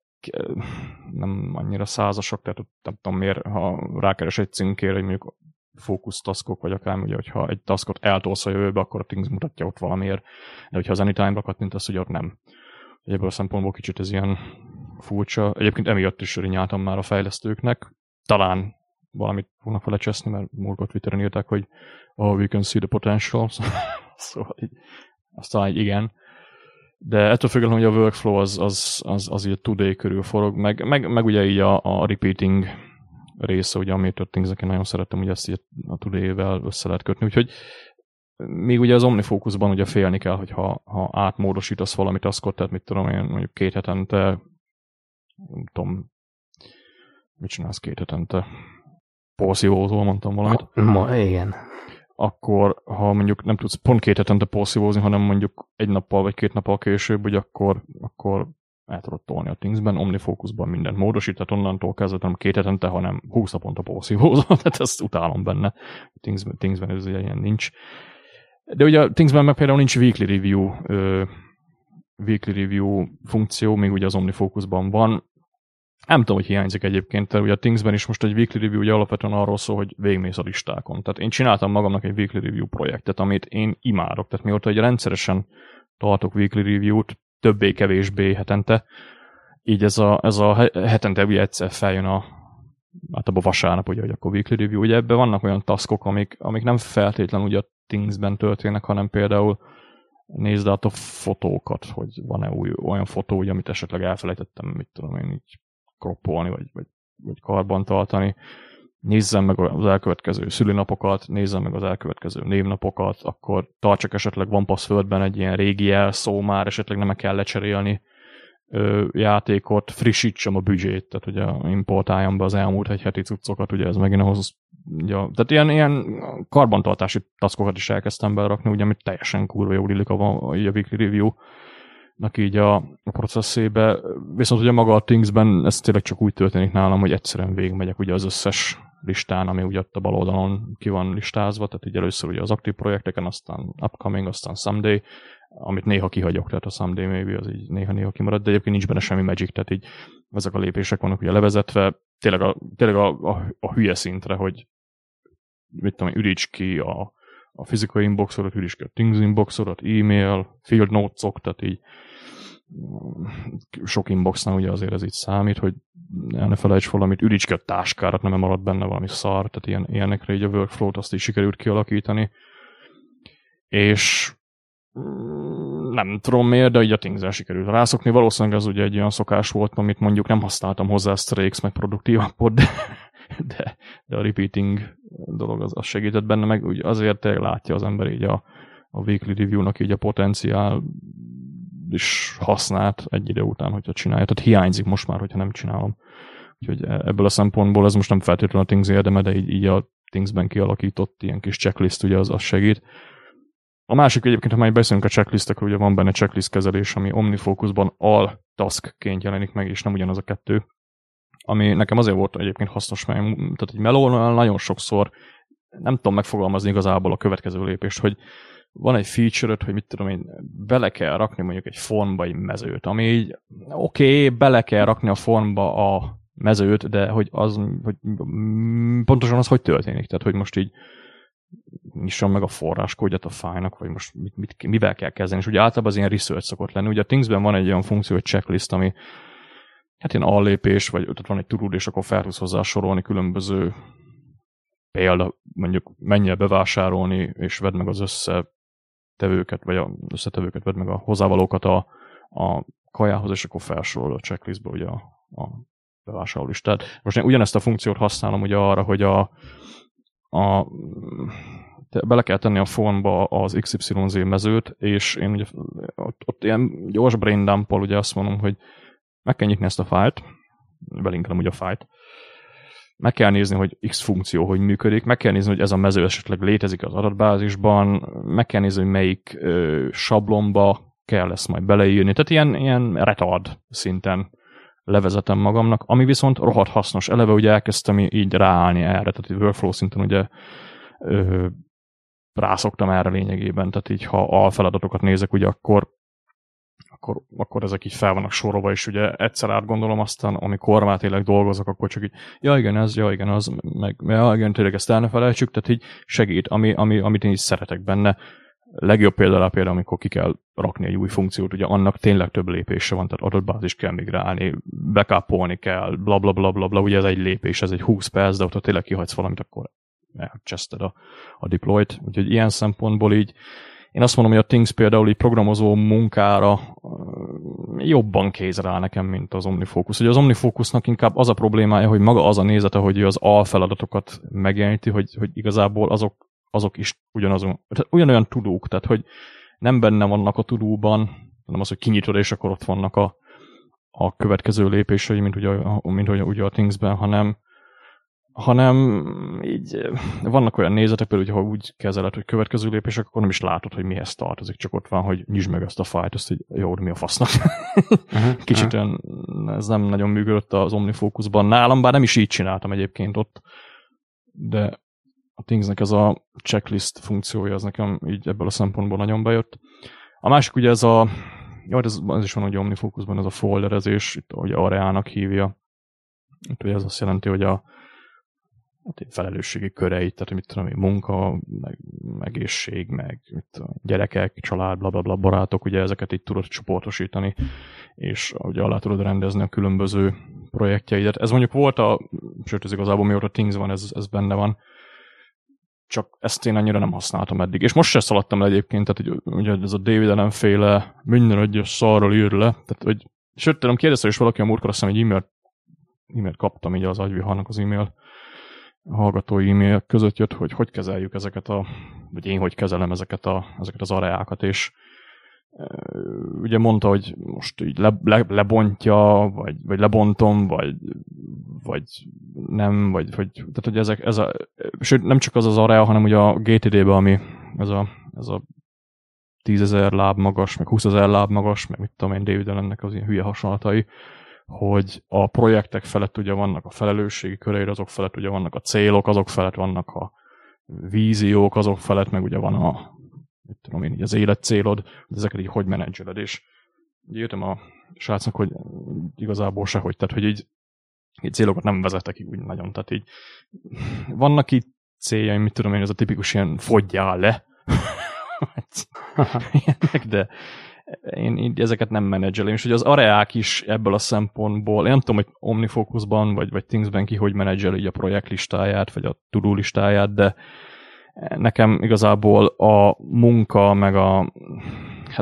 nem annyira százasok, tehát nem tudom miért, ha rákeres egy címkére, hogy mondjuk fókusz taskok, vagy akár, ugye, hogyha egy taskot eltolsz a jövőbe, akkor a Things mutatja ott valamiért, de hogyha az Anytime-ra kattintasz, ugye ott nem. Ebből a szempontból kicsit ez ilyen furcsa. Egyébként emiatt is rinyáltam már a fejlesztőknek. Talán valamit fognak vele cseszni, mert múltkor Twitteren írták, hogy we can see the potential. Szóval így, aztán igen. De ettől függetlenül, hogy a workflow az így a Today körül forog, meg ugye így a repeating része, ugye, amit a Thingsnek én nagyon szerettem, hogy ezt így a Today-vel össze lehet kötni. Úgyhogy még ugye az OmniFocusban ugye félni kell, hogy ha átmódosítasz valami taskot, tehát mit tudom én, mondjuk 2 hetente, nem tudom, mit csinálsz 2 hetente? Porszívózol, mondtam valamit. Igen. Akkor, ha mondjuk nem tudsz pont 2 hetente porszívózni, hanem mondjuk 1 nappal vagy 2 nappal később, hogy akkor el tudod tolni a Thingsben, OmniFocusban mindent módosít, tehát onnantól kezdve nem 2 hetente, hanem 20 naponta porszívózol, tehát ezt utálom benne. Thingsben ez ilyen nincs. De ugye a Thingsben meg például nincs weekly review funkció, még ugye az OmniFocusban van. Nem tudom, hogy hiányzik egyébként, de ugye a Thingsben is most egy weekly review ugye alapvetően arról szól, hogy végigmész a listákon. Tehát én csináltam magamnak egy weekly review projektet, amit én imádok. Tehát mióta egy rendszeresen tartok weekly review-t, többé-kevésbé hetente, így ez a hetente ugye egyszer feljön általában vasárnap, ugye, hogy akkor weekly review. Ugye ebben vannak olyan taskok, amik nem feltétlenül ugye a Thingsben történnek, hanem például nézd át a fotókat, hogy van-e olyan fotó, ugye, amit esetleg elfelejtettem, mit tudom én így kroppolni, vagy karban tartani. Nézzem meg az elkövetkező szülinapokat, nézzem meg az elkövetkező névnapokat, akkor tartsak esetleg van passwordben egy ilyen régi jelszó, már esetleg nem kell lecserélni játékot, frissítsem a büdzsét, tehát ugye importáljam be az elmúlt egy heti cuccokat, ugye ez megint ahhoz, ugye, tehát ilyen karbantartási taskokat is elkezdtem berakni, ugye, amit teljesen kurva jól illik a weekly review-nak így a processzébe, viszont ugye maga a Thingsben ez tényleg csak úgy történik nálam, hogy egyszerűen végigmegyek ugye az összes listán, ami ugye ott a bal oldalon ki van listázva, tehát így először ugye az aktív projekteken, aztán upcoming, aztán someday, amit néha kihagyok, tehát a someday maybe az így néha kimarad, de egyébként nincs benne semmi magic, tehát így ezek a lépések vannak ugye levezetve, tényleg a hülye szintre, hogy mit tudom, üríts ki a fizikai inboxodat, üríts ki a Things inboxodat, e-mail, field notes-ok, tehát így sok inboxnál ugye azért ez így számít, hogy ne felejts valamit, üríts ki a táskárat, nem marad benne valami szar, tehát ilyenekre így a workflow-t azt is sikerült kialakítani. És nem tudom miért, de így a Things-el sikerült rászokni. Valószínűleg ez ugye egy olyan szokás volt, amit mondjuk nem használtam hozzá Strakes, meg produktív appot, de a repeating dolog az segített benne, meg úgy azért látja az ember így a weekly review-nak így a potenciál is használt egy idő után, hogyha csinálja. Tehát hiányzik most már, hogyha nem csinálom. Úgyhogy ebből a szempontból ez most nem feltétlenül a Things érdeme, de így a Thingsben kialakított ilyen kis checklist, ugye az segít. A másik egyébként, ha már beszélünk a checklistekről, ugye van benne checklist kezelés, ami OmniFocusban all taskként jelenik meg, és nem ugyanaz a kettő. Ami nekem azért volt egyébként hasznos, mert tehát egy melónál nagyon sokszor nem tudom megfogalmazni igazából a következő lépést, hogy van egy feature-öt, hogy mit tudom én, bele kell rakni mondjuk egy formba egy mezőt, ami így oké, bele kell rakni a formba a mezőt, de hogy pontosan az hogy történik, tehát hogy most így nyissam meg a forráskódját a fájnak, vagy most mivel kell kezdeni, és ugye általában az ilyen research szokott lenni. Ugye a Thingsben van egy olyan funkció, hogy checklist, ami hát ilyen allépés, vagy tehát van egy tudód, és akkor fel tudsz hozzá sorolni különböző példa, mondjuk menj el bevásárolni, és vedd meg az összetevőket, vagy az összetevőket, vedd meg a hozzávalókat a kajához, és akkor felsorol a checklistbe ugye a bevásárlólistát. Most én ugyanezt a funkciót használom ugye arra, hogy bele kell tenni a formba az XYZ mezőt, és én ugye ott ilyen gyors brain dump-pal ugye azt mondom, hogy meg kell nyitni ezt a fájlt, belinkelem ugye a fájlt, meg kell nézni, hogy X funkció hogy működik, meg kell nézni, hogy ez a mező esetleg létezik az adatbázisban, meg kell nézni, hogy melyik sablonba kell ezt majd beleírni. Tehát ilyen retard szinten levezetem magamnak, ami viszont rohadt hasznos. Eleve ugye elkezdtem így ráállni erre, tehát workflow szinten ugye rászoktam erre lényegében, tehát így ha alfeladatokat nézek, ugye akkor ezek így fel vannak sorolva, és ugye egyszer átgondolom, aztán amikor már tényleg dolgozok, akkor csak így, ja igen, az, meg ja igen, tényleg ezt el ne felejtsük, tehát így segít, amit én is szeretek benne. Legjobb például, amikor ki kell rakni egy új funkciót, ugye annak tényleg több lépése van, tehát adatbázis kell migrálni, backupolni kell, blablabla, ugye ez egy lépés, ez egy 20 perc, de ott tényleg kihagysz valamit, akkor elcseszted a deployt. Úgyhogy ilyen szempontból így én azt mondom, hogy a Things például így programozó munkára jobban kézre áll nekem, mint az OmniFocus. Ugye az OmniFocusnak inkább az a problémája, hogy maga az a nézete, hogy az alfeladatokat megjeleníti, hogy igazából azok is ugyanolyan tudók, tehát hogy nem benne vannak a tudóban, hanem az, hogy kinyitod, és akkor ott vannak a következő lépései, mint ugye a Thingsben, hanem így vannak olyan nézetek, például, ha úgy kezeled, hogy következő lépések, akkor nem is látod, hogy mihez tartozik, csak ott van, hogy nyisd meg ezt a fájlt, azt így, jó, mi a fasznak. Kicsit ez nem nagyon működött az OmniFocusban nálam, bár nem is így csináltam egyébként ott, de a Thingsnek ez a checklist funkciója, ez nekem így ebből a szempontból nagyon bejött. A másik ugye ez is van, hogy OmniFocusban ez a folderezés, itt ugye areának hívja. Itt ugye ez azt jelenti, hogy a felelősségi köreit, tehát mit tudom, munka, meg egészség, meg gyerekek, család, blablabla, barátok, ugye ezeket így tudod csoportosítani, és ugye alá tudod rendezni a különböző projektjeidet. Ez mondjuk volt sőt, ez igazából mióta Things van, ez benne van, csak ezt én annyira nem használtam eddig. És most se szaladtam le egyébként, tehát ugye ez a David Allen-féle minden egyes szarról ír le, tehát hogy, sőt, tudom, kérdezte is valaki a múltkor, azt hiszem egy e-mailt kaptam így az agyviharnak az e-mail hallgatói e-mail között jött, hogy kezeljük ezeket vagy én hogy kezelem ezeket az areákat, és ugye mondta, hogy most így lebontja, vagy lebontom, vagy nem, vagy tehát hogy sőt, nem csak az area, hanem ugye a GTD-ben, ami ez a 10.000 láb magas, meg 20.000 láb magas, meg mit tudom én, David Allennek az ilyen hülye hasonlatai, hogy a projektek felett ugye vannak a felelősségi köreid, azok felett ugye vannak a célok, azok felett vannak a víziók, azok felett meg ugye van a, mit tudom én, az életcélod, hogy ezeket így hogy menedzseled, és jöttem a srácnak, hogy igazából sehogy, tehát hogy így célokat nem vezetek így úgy nagyon, tehát így vannak itt céljaim, mit tudom én, ez a tipikus ilyen fogyjál le, de én így ezeket nem menedzselem, és hogy az areák is ebből a szempontból, én nem tudom, hogy OmniFocusban, vagy Thingsben ki hogy menedzsel így a projektlistáját, vagy a to-do listáját, de nekem igazából a munka, meg hát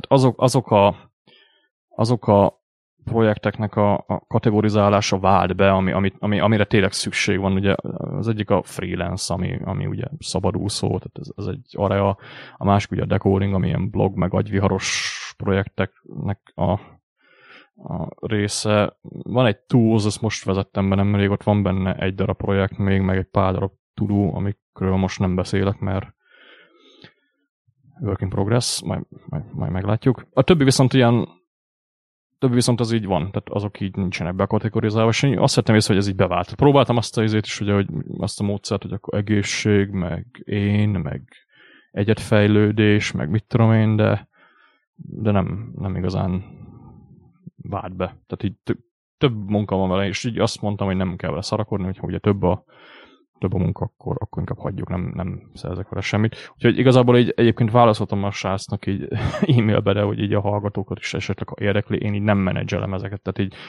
azok a projekteknek a kategorizálása vált be, amire tényleg szükség van. Ugye az egyik a freelance, ami ugye szabadúszó, tehát ez egy area, a másik ugye a decoding, ami ilyen blog, meg agyviharos projekteknek a része. Van egy tools, ezt most vezettem be nemrég, ott van benne egy darab projekt még, meg egy pár darab to-do, amikről most nem beszélek, mert work in progress, majd meglátjuk. A többi viszont az így van, tehát azok így nincsenek bekategorizálva, és azt vettem észre, hogy ez így bevált. Próbáltam azt az is, ugye, hogy azt a módszert, hogy akkor egészség, meg én, meg egyedfejlődés, meg mit tudom én, de nem igazán vált be. Tehát így több munka van vele, és így azt mondtam, hogy nem kell vele szarakodni, hogyha ugye több a munka, akkor inkább hagyjuk, nem szerzek vele semmit. Úgyhogy igazából így egyébként válaszoltam a srácnak így e-mailbe, de hogy így a hallgatókat is esetleg érdekli, én így nem menedzselem ezeket, tehát így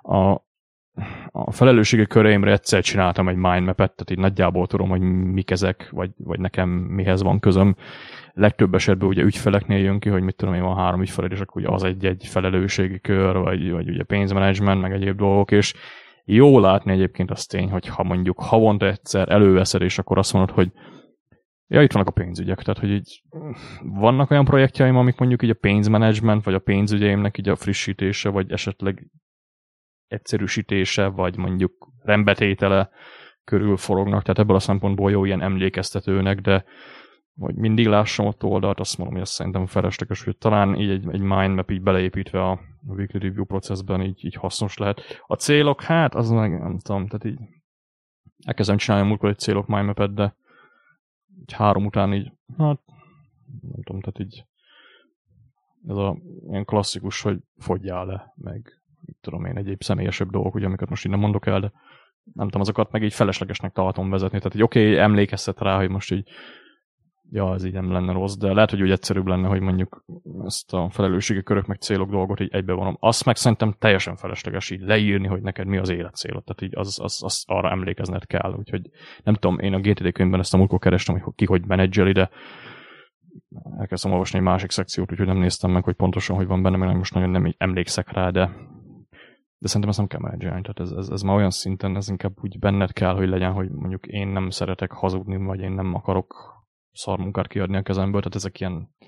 a felelősségi köreimre egyszer csináltam egy mindmap-et, tehát így nagyjából tudom, hogy mik ezek, vagy nekem mihez van közöm. Legtöbb esetben ugye ügyfeleknél jön ki, hogy mit tudom én, van 3 ügyfeled, és akkor ugye az egy felelősségi kör, vagy ugye pénzmenedzsment, meg egyéb dolgok, és jó látni egyébként az tény, hogy ha mondjuk havonta egyszer előveszed, és akkor azt mondod, hogy ja, itt vannak a pénzügyek, tehát hogy így vannak olyan projektjeim, amik mondjuk így a pénzmenedzsment, vagy a pénzügyeimnek így a frissítése, vagy esetleg egyszerűsítése, vagy mondjuk rendbetétele körül forognak, tehát ebből a szempontból jó ilyen emlékeztetőnek, de hogy mindig lássam ott oldalt, azt mondom, hogy azt szerintem felesleges, hogy talán így egy mindmap így beleépítve a weekly review processben így hasznos lehet. A célok, hát az meg nem tudom, tehát így elkezdem csinálni múltkor egy célok mindmapet, de így 3 után így, hát nem tudom, tehát így ez a ilyen klasszikus, hogy fogyjál le, meg mit tudom én, egyéb személyesebb dolgok, ugye, amiket most így nem mondok el, de nem tudom, azokat meg így feleslegesnek tartom vezetni. Tehát így oké, emlékeztet rá, hogy most így ja, ez így nem lenne rossz, de lehet, hogy úgy egyszerűbb lenne, hogy mondjuk ezt a felelősségi körök meg célok dolgot így egybevonom. Azt meg szerintem teljesen felesleges így leírni, hogy neked mi az életcélod. Tehát így az arra emlékezned kell. Úgyhogy nem tudom, én a GTD könyvben ezt a múltkor kerestem, hogy ki hogy menedzseli, de elkezdtem olvasni egy másik szekciót, úgyhogy nem néztem meg, hogy pontosan hogy van benne, mert most nagyon nem így emlékszek rá, de szerintem ezt nem kell menedzselni. Tehát ez már olyan szinten, ez inkább úgy benned kell, hogy legyen, hogy mondjuk én nem szeretek hazudni, vagy én nem akarok szarmunkát kiadni a kezemből, tehát ezek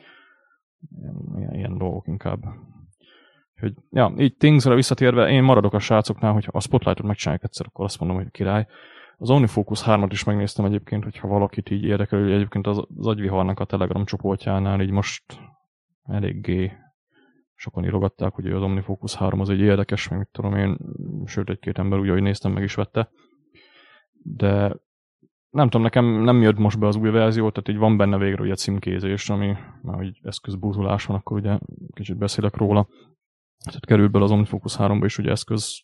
ilyen dolgok inkább. Hogy, ja, így Thingsre visszatérve, én maradok a srácoknál, hogyha a Spotlightot megcsinálják egyszer, akkor azt mondom, hogy király. Az OmniFocus 3-at is megnéztem egyébként, hogyha valakit így érdekel, hogy egyébként az agyviharnak a Telegram csoportjánál így most eléggé sokan írogatták, hogy az OmniFocus 3 az egy érdekes, meg mit tudom én, sőt egy-két ember úgy, ahogy néztem, meg is vette. De nem tudom, nekem nem jött most be az új verzió, tehát így van benne végre ugye címkézés, ami már hogy eszközbúzulás van, akkor ugye kicsit beszélek róla. Tehát került bele az OmniFocus 3-ba is ugye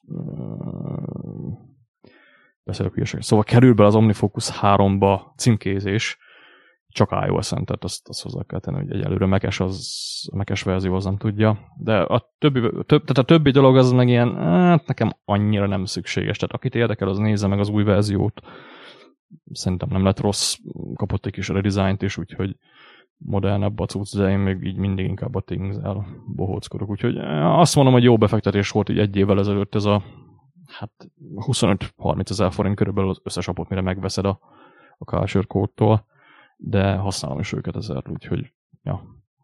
beszélek hülyeséget. Szóval kerül bele az OmniFocus 3-ba címkézés, csak iOS-en, tehát azt hozzá kell tenni, hogy egyelőre Mac-es verzió az nem tudja. De a többi dolog az meg ilyen, hát nekem annyira nem szükséges. Tehát akit érdekel, az nézze meg az új verziót. Szerintem nem lett rossz, kapott egy kis redesignt is, úgyhogy modernebb a cucc, de én még így mindig inkább a Things-el bohóckodok. Úgyhogy azt mondom, hogy jó befektetés volt így 1 évvel ezelőtt ez a 25-30 ezer forint körülbelül az összes appot, mire megveszed a Culture Code-tól, de használom is őket ezért, úgyhogy ja.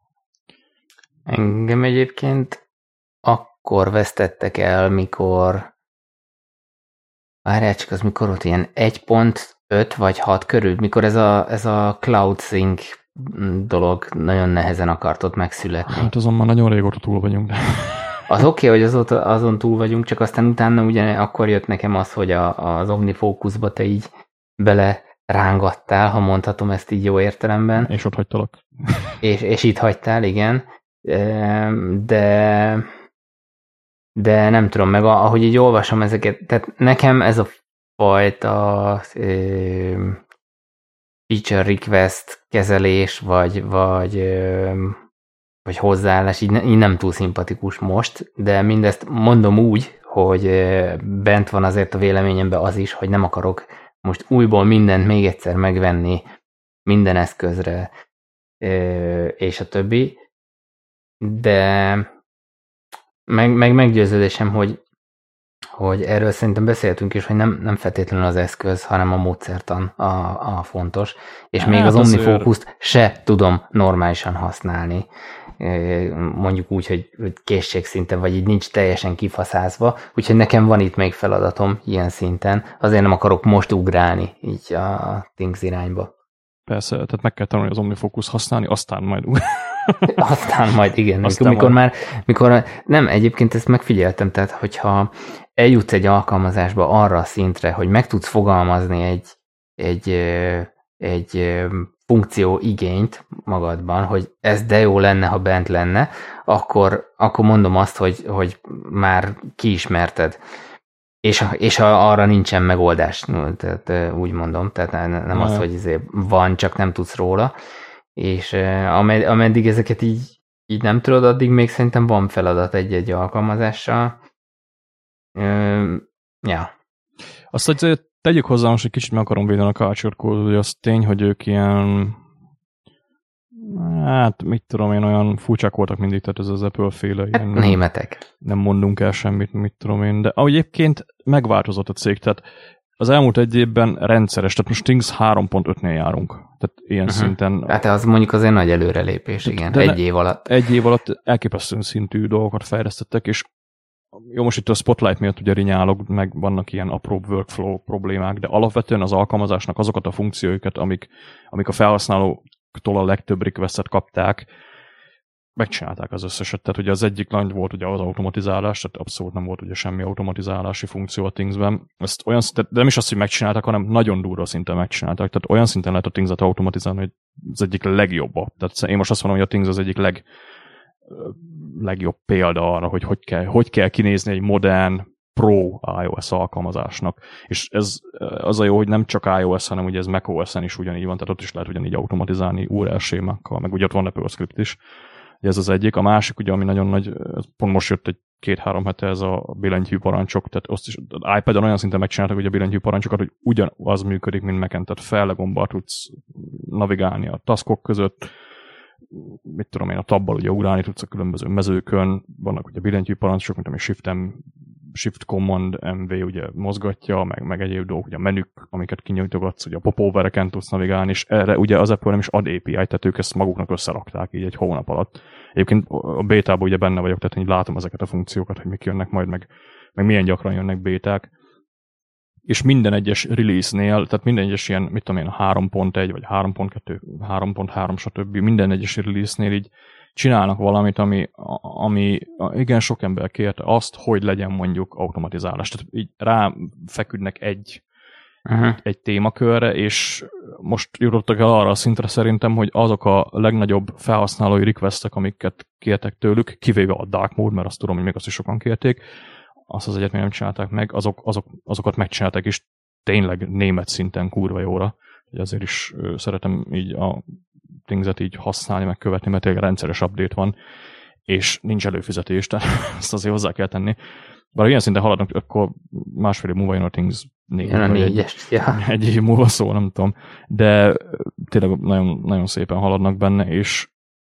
Engem egyébként akkor vesztettek el, mikor várjál csak, az mikor volt ilyen 1.5 vagy 6 körül, mikor ez a Cloud Sync dolog nagyon nehezen akart ott megszületni. Hát azon már nagyon régóta túl vagyunk, de... Az oké, hogy azon túl vagyunk, csak aztán utána ugye akkor jött nekem az, hogy az OmniFocusba te így bele rángattál, ha mondhatom ezt így jó értelemben. És ott hagytalak. És itt hagytál, igen. De nem tudom, meg ahogy így olvasom ezeket, tehát nekem ez a fajta feature request kezelés, vagy hozzáállás így nem túl szimpatikus most, de mindezt mondom úgy, hogy bent van azért a véleményemben az is, hogy nem akarok most újból mindent még egyszer megvenni minden eszközre, és a többi, de meggyőződésem, hogy erről szerintem beszéltünk is, hogy nem feltétlenül az eszköz, hanem a módszertan a fontos, és még az OmniFocust se tudom normálisan használni. Mondjuk úgy, hogy készségszinten, vagy így nincs teljesen kifaszázva, úgyhogy nekem van itt még feladatom ilyen szinten, azért nem akarok most ugrálni így a Things irányba. Persze, tehát meg kell tanulni az OmniFocus használni, aztán majd Aztán majd, igen. Mikor nem, egyébként ezt megfigyeltem, tehát hogyha eljutsz egy alkalmazásba arra a szintre, hogy meg tudsz fogalmazni egy funkció igényt magadban, hogy ez de jó lenne, ha bent lenne, akkor mondom azt, hogy már kiismerted. És arra nincsen megoldás, tehát úgy mondom, tehát nem az, hogy van, csak nem tudsz róla. És ameddig ezeket így nem tudod, addig még szerintem van feladat egy alkalmazással. Ja. Azt, hogy tegyük hozzá, most egy kicsit meg akarom védeni a Culture Code, hogy az tény, hogy ők ilyen, hát mit tudom én, olyan furcsák voltak mindig, tehát ez az Apple-féle. Hát németek. Nem mondunk el semmit, mit tudom én, de ahogy egyébként megváltozott a cég, tehát az elmúlt egy évben rendszeres, tehát most Things 3.5-nél járunk. Tehát ilyen szinten. Hát az mondjuk azért nagy előrelépés, igen, egy év alatt. Egy év alatt elképesztően szintű dolgokat fejlesztettek, és jó, most itt a Spotlight miatt ugye rinyálok, meg vannak ilyen apró workflow problémák, de alapvetően az alkalmazásnak azokat a funkcióikat, amik a felhasználóktól a legtöbb requestet kapták, megcsinálták az összeset. Tehát ugye az egyik nagy volt ugye az automatizálás, tehát abszolút nem volt ugye semmi automatizálási funkció a Thingsben. Ezt olyan szinten, de nem is azt, hogy megcsinálták, hanem nagyon durva szinten megcsinálták. Tehát olyan szinten lehet a Thingset automatizálni, hogy az egyik legjobb. Tehát én most azt mondom, hogy a Things az egyik legjobb példa arra, hogy kell kinézni egy modern Pro iOS alkalmazásnak. És ez az a jó, hogy nem csak iOS, hanem ugye ez macOS-en is ugyanígy van, tehát ott is lehet ugyanígy automatizálni URL sémákkal, meg ugye ott van Apple Script is. Ez az egyik. A másik, ugye, ami nagyon nagy, pont most jött egy 2-3 hete ez a billentyű parancsok, tehát azt is az iPad-on olyan szinten megcsináltak ugye a billentyű parancsokat, hogy ugyanaz működik, mint Mac-en, tehát fellegombbal tudsz navigálni a taskok között, mit tudom én, a tabbal ugye ugrálni tudsz a különböző mezőkön, vannak ugye billentyű parancsok, mint ami Shift Command MV ugye mozgatja, meg egyéb dolgok, ugye a menük, amiket kinyújtogatsz, ugye a popovereken tudsz navigálni, és erre ugye az Apple nem is ad API-t, tehát ők ezt maguknak összerakták így egy hónap alatt. Egyébként a bétában ugye benne vagyok, tehát így látom ezeket a funkciókat, hogy mik jönnek majd, meg milyen gyakran jönnek béták. És minden egyes release-nél, tehát minden egyes ilyen, mit tudom én, 3.1, vagy 3.2, 3.3, stb. Minden egyes release-nél így csinálnak valamit, ami igen, sok ember kérte azt, hogy legyen mondjuk automatizálás. Tehát így ráfeküdnek egy témakörre, és most jutottak el arra a szintre szerintem, hogy azok a legnagyobb felhasználói requestek, amiket kértek tőlük, kivéve a Dark Mode, mert azt tudom, hogy még azt is sokan kérték, azt az egyet még nem csinálták meg, azokat megcsinálták is tényleg német szinten kurva jóra. Ezért is szeretem így a Thingset így használni, meg követni, mert tényleg rendszeres update van, és nincs előfizetés, tehát ezt azért hozzá kell tenni. Bár ilyen szinten haladnak, akkor másfél év múlva jön a Things 4. Egy év múlva szó, nem tudom. De tényleg nagyon, nagyon szépen haladnak benne, és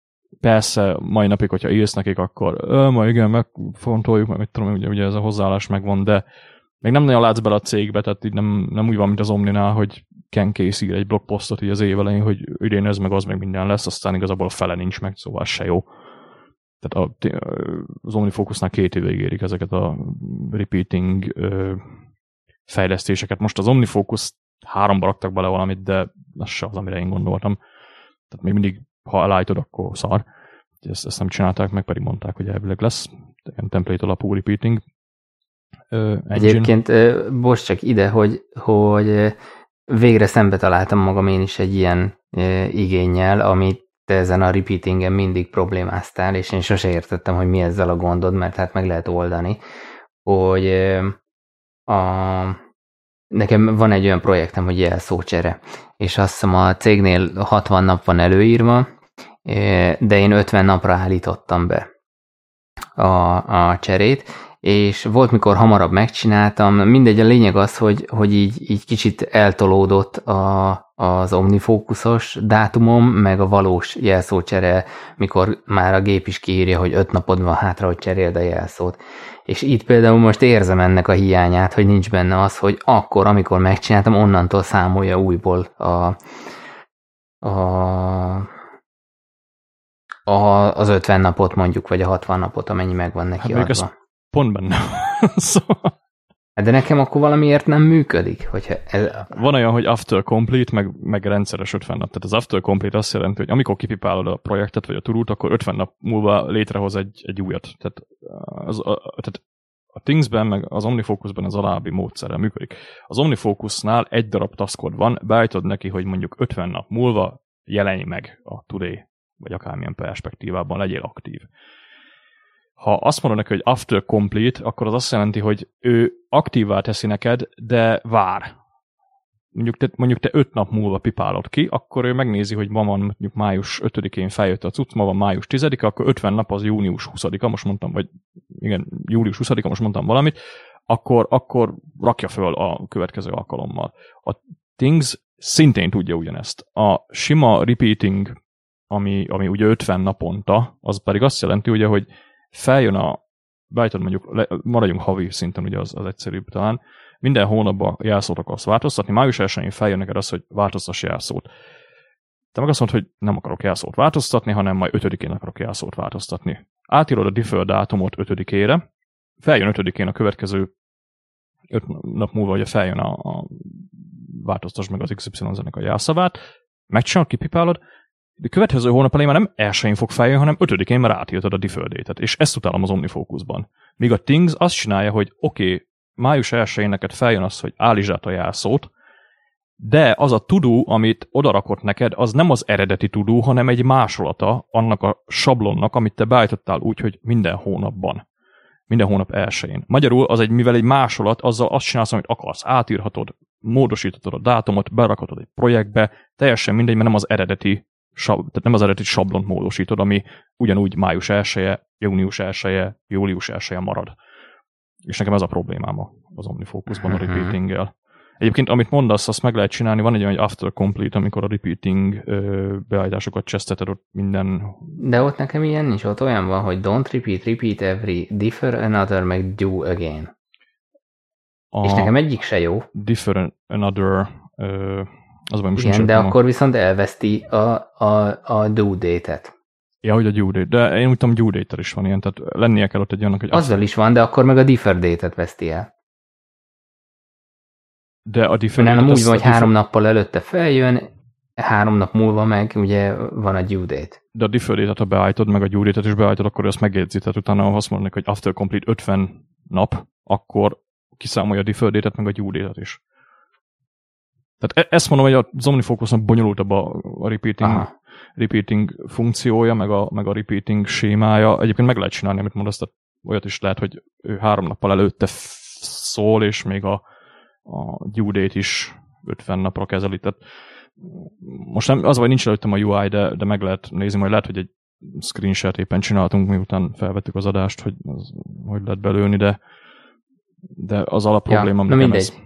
persze mai napig, hogyha írsz nekik, akkor ma igen, megfontoljuk, mert mit tudom, ugye ez a hozzáállás megvan, de még nem nagyon látsz bele a cégbe, tehát így nem úgy van, mint az Omninál, hogy Ken Case ír egy blogposztot így az év elején, hogy idén ez meg az meg minden lesz, aztán igazából a fele nincs meg, szóval se jó. Tehát az OmniFocusnál 2 évig érik ezeket a repeating fejlesztéseket. Most az OmniFocus 3-ba raktak bele valamit, de az se az, amire én gondoltam. Tehát még mindig, ha elállítod, akkor szar. Ezt nem csinálták meg, pedig mondták, hogy elvileg lesz. template alapú repeating engine. Egyébként, bocs, csak ide, hogy végre szembe találtam magam én is egy ilyen igénnyel, amit te ezen a repeatingen mindig problémáztál, és én sose értettem, hogy mi ezzel a gondod, mert hát meg lehet oldani, hogy nekem van egy olyan projektem, hogy jelszócsere, és azt hiszem a cégnél 60 nap van előírva, de én 50 napra állítottam be a cserét, és volt, mikor hamarabb megcsináltam, mindegy, a lényeg az, hogy így kicsit eltolódott az OmniFocusos dátumom, meg a valós jelszócsere, mikor már a gép is kiírja, hogy 5 napod van hátra, hogy cseréld a jelszót. És itt például most érzem ennek a hiányát, hogy nincs benne az, hogy akkor, amikor megcsináltam, onnantól számolja újból az 50 napot mondjuk, vagy a 60 napot, amennyi megvan neki adva. Pont benne. Szóval... De nekem akkor valamiért nem működik. Van olyan, hogy after complete, meg rendszeres 50 nap. Tehát az after complete azt jelenti, hogy amikor kipipálod a projektet, vagy a turút, akkor 50 nap múlva létrehoz egy újat. Tehát a Thingsben, meg az OmniFocusban az alábbi módszerrel működik. Az OmniFocusnál egy darab taskod van, beállítod neki, hogy mondjuk 50 nap múlva jelenj meg a today, vagy akármilyen perspektívában legyél aktív. Ha azt mondod neki, hogy after complete, akkor az azt jelenti, hogy ő aktívvá teszi neked, de vár. Mondjuk te 5 nap múlva pipálod ki, akkor ő megnézi, hogy ma van mondjuk május 5-én feljött a cucc, ma van május 10-e, akkor 50 nap az június 20-a, most mondtam, vagy igen, július 20-a, most mondtam valamit, akkor rakja föl a következő alkalommal. A Things szintén tudja ugyanezt. A sima repeating, ami ugye 50 naponta, az pedig azt jelenti, ugye, hogy feljön beállítod mondjuk, maradjunk havi szinten, ugye az egyszerűbb talán, minden hónapban jelszót akarsz változtatni, május 1-én feljön neked az, hogy változtass jelszót. Te meg azt mondod, hogy nem akarok jelszót változtatni, hanem majd 5-én akarok jelszót változtatni. Átírod a defer dátumot 5-ére, feljön 5-én a következő 5 nap múlva, ugye feljön a változtass meg az XY-nek a jelszavát, megcsinálod, kipipálod, de következő hónap elején már nem 1-én fog feljönni, hanem 5-én már átírtad a defer date-et, és ezt utálom az OmniFocusban. Míg a Things azt csinálja, hogy oké, május 1-én neked feljön az, hogy állítsd át a jelszót, de az a to-do, amit odarakott neked, az nem az eredeti to-do, hanem egy másolata annak a sablonnak, amit te beállítottál úgy, hogy minden hónapban. Minden hónap 1-én. Magyarul mivel egy másolat, azzal azt csinálsz, amit akarsz. Átírhatod, módosíthatod a dátumot, berakhatod egy projektbe, teljesen mindegy, mert nem az eredeti sablont módosítod, ami ugyanúgy május 1-e, június 1-e, július 1-e marad. És nekem ez a problémám az OmniFocusban a repeatinggel. Egyébként, amit mondasz, azt meg lehet csinálni, van egy olyan, hogy after complete, amikor a repeating beállításokat cseszteted ott minden... De ott nekem ilyen nincs, ott olyan van, hogy don't repeat every, differ another, meg do again. És nekem egyik se jó. Differ another... az most igen, de akkor viszont elveszti a due date-et. Ja, hogy a due date. De én úgy tudom, due date-tel is van ilyen, tehát lennie kell ott egy olyannak, hogy... Azzal is van, de akkor meg a differ date-et veszti el. De a differ date-et... Nem úgy van, hogy 3 nappal előtte feljön, 3 nap múlva meg ugye van a due date. De a differ date-et, ha beállítod, meg a due date-et is beállítod, akkor azt megjegyzi. Tehát utána, ha azt mondanak, hogy after complete 50 nap, akkor kiszámolja a differ date-et, meg a due date-et is. Tehát ezt mondom, hogy az OmniFocusnak bonyolultabb a repeating funkciója, meg a repeating sémája. Egyébként meg lehet csinálni, amit mondasz, tehát olyat is lehet, hogy ő 3 nappal előtte szól, és még a due date is 50 napra kezeli. Tehát most nem, az vagy nincs előttem a UI, de meg lehet nézni, majd lehet, hogy egy screenshot éppen csináltunk, miután felvettük az adást, hogy lehet belőni, de az alapprobléma nekem ez.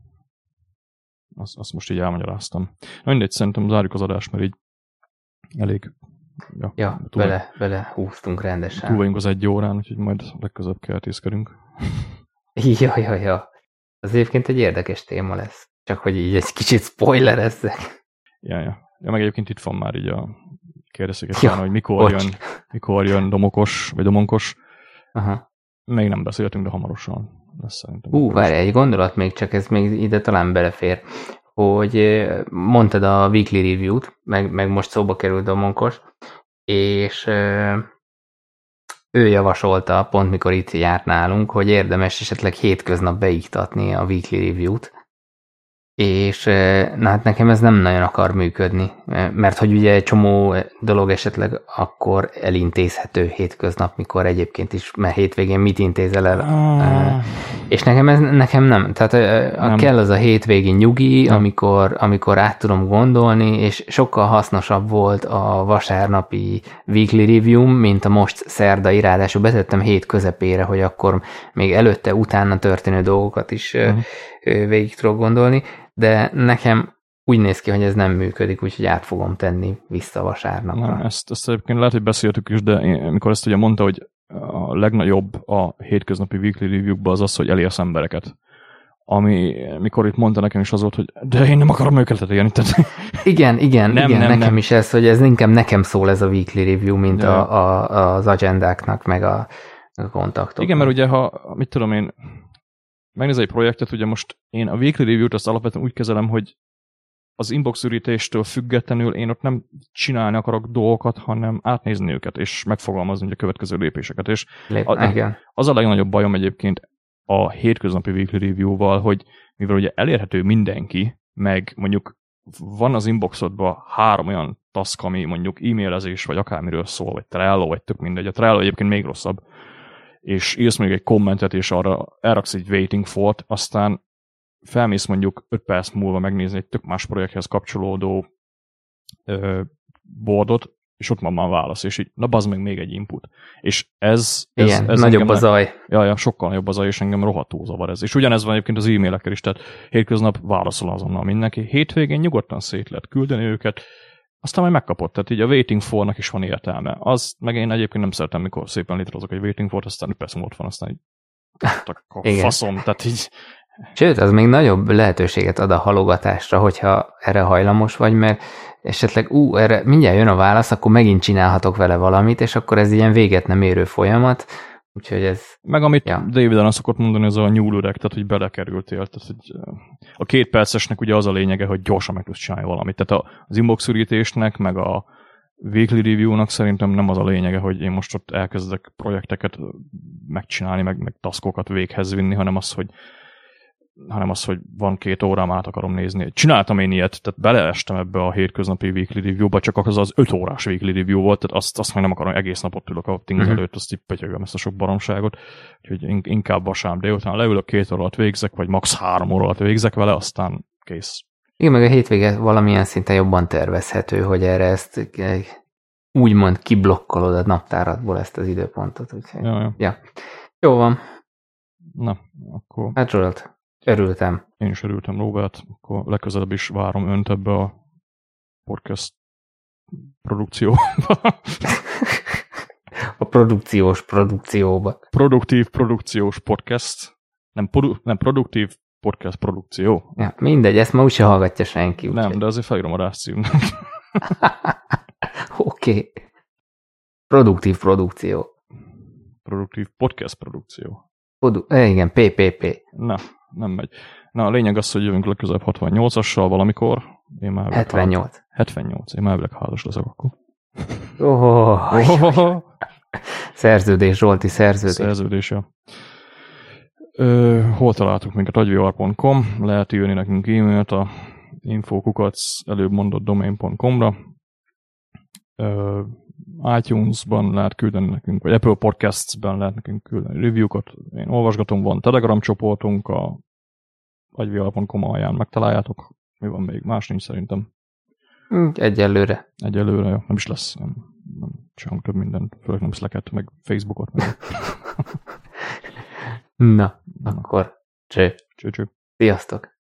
Azt most így elmagyaráztam. Na mindegy, szerintem zárjuk az adást, mert így elég... Bele húztunk rendesen. Túl vagyunk az 1 órán, úgyhogy majd legközelebb kertészkedünk. Ja. Az egyébként egy érdekes téma lesz. Csak hogy így egy kicsit spoilerezzek. Ja, meg egyébként itt van már így a kérdezőket, hogy mikor jön Domokos, vagy Domonkos. Aha. Még nem beszéltünk, de hamarosan lesz szerintem. Várj, egy gondolat még, csak ez még ide talán belefér, hogy mondtad a weekly review-t, meg most szóba került Domonkos, és ő javasolta, pont mikor itt járt nálunk, hogy érdemes esetleg hétköznap beiktatni a weekly review-t, és na hát nekem ez nem nagyon akar működni, mert hogy ugye egy csomó dolog esetleg akkor elintézhető hétköznap, mikor egyébként is, mert hétvégén mit intézel el, és nekem nem, tehát nem. Kell az a hétvégén nyugi, amikor át tudom gondolni, és sokkal hasznosabb volt a vasárnapi weekly review, mint a most szerdai, ráadásul betettem hét közepére, hogy akkor még előtte, utána történő dolgokat is végig tudok gondolni, de nekem úgy néz ki, hogy ez nem működik, úgyhogy át fogom tenni vissza vasárnapra. Nem, ezt egyébként lehet, hogy beszéltük is, de amikor ezt ugye mondta, hogy a legnagyobb a hétköznapi weekly review-kban az, hogy elérsz embereket. Mikor itt mondta nekem is az volt, hogy de én nem akarom őket elérni. Igen, nekem is ez, hogy ez inkább nekem szól ez a weekly review, mint az agendáknak, meg a kontaktoknak. Igen, mert ugye, ha mit tudom én, megnézel egy projektet, ugye most én a weekly review-t azt alapvetően úgy kezelem, hogy az inbox ürítéstől függetlenül én ott nem csinálni akarok dolgokat, hanem átnézni őket, és megfogalmazni a következő lépéseket. És az a legnagyobb bajom egyébként a hétköznapi weekly review-val, hogy mivel ugye elérhető mindenki, meg mondjuk van az inboxodban 3 olyan task, ami mondjuk e-mailezés, vagy akármiről szól, vagy Trello, vagy tök mindegy. A Trello egyébként még rosszabb. És írsz még egy kommentet, és arra elraksz egy waiting for-t, aztán felmész mondjuk 5 perc múlva megnézni egy tök más projekthez kapcsolódó boardot, és ott van már válasz, és így, na bazd meg még egy input. És ez nagyobb a zaj. Ja, sokkal nagyobb a zaj, és engem rohadtul zavar ez. És ugyanez van egyébként az e-mailekkel is, tehát hétköznap válaszol azonnal mindenki. Hétvégén nyugodtan szét lehet küldeni őket, aztán majd megkapott, tehát így a waiting for-nak is van értelme. Az, meg én egyébként nem szeretem, mikor szépen létrehozok egy waiting for-t, aztán persze ott van, aztán így faszom, tehát így. Sőt, az még nagyobb lehetőséget ad a halogatásra, hogyha erre hajlamos vagy, mert esetleg erre mindjárt jön a válasz, akkor megint csinálhatok vele valamit, és akkor ez ilyen véget nem érő folyamat, úgyhogy ez... Meg amit David Allen szokott mondani, az a nyúlüreg, tehát hogy belekerültél, tehát hogy a 2 percesnek ugye az a lényege, hogy gyorsan meg tudsz csinálni valamit, tehát az inbox ürítésnek, meg a weekly review-nak szerintem nem az a lényege, hogy én most ott elkezdek projekteket megcsinálni, meg taskokat véghez vinni, hanem az, hogy van 2 órám, át akarom nézni. Csináltam én ilyet, tehát beleestem ebbe a hétköznapi weekly review-ba, csak az 5 órás weekly review volt, tehát azt meg nem akarom, egész napot ülök a Things előtt, azt így pötyögöm ezt a sok baromságot, úgyhogy inkább vasárnap délután leülök, 2 óra alatt végzek, vagy max. 3 óra alatt végzek vele, aztán kész. Igen, meg a hétvége valamilyen szinten jobban tervezhető, hogy erre ezt úgymond kiblokkolod a naptáradból ezt az időpontot. Úgyhogy... Ja. Jó van. Na, akkor... Hát Zsolt, örültem. Én is örültem, Robert. Akkor legközelebb is várom önt ebbe a podcast produkcióba. A produkcióba. Produktív produkciós podcast. Nem produktív podcast produkció. Ja, mindegy, ezt ma úgyse hallgatja senki. Nem, de azért felírom a rászcímnek. Oké. Produktív produkció. Produktív podcast produkció. Igen, PPP. Na, nem megy. Na, a lényeg az, hogy jövünk legközelebb 68-assal valamikor. Én már 78. 78. Én már elvileg házas leszek akkor. Szerződés, Zsolti, szerződés. Szerződés, ja. Hol találtuk minket? agyvr.com. Lehet írni nekünk e-mailt a info@előbbmondott-domain.com-ra. iTunes-ban lehet küldeni nekünk, vagy Apple Podcasts-ben lehet nekünk küldeni review-kat. Én olvasgatom, van Telegram csoportunk, a agyvr.com alján megtaláljátok. Mi van még? Más nincs szerintem. Egyelőre, jó. Nem is lesz. Nem csinálunk több mindent. Főleg nem Slack-et, meg Facebookot. Meg. Na, akkor cső. Cső. Sziasztok.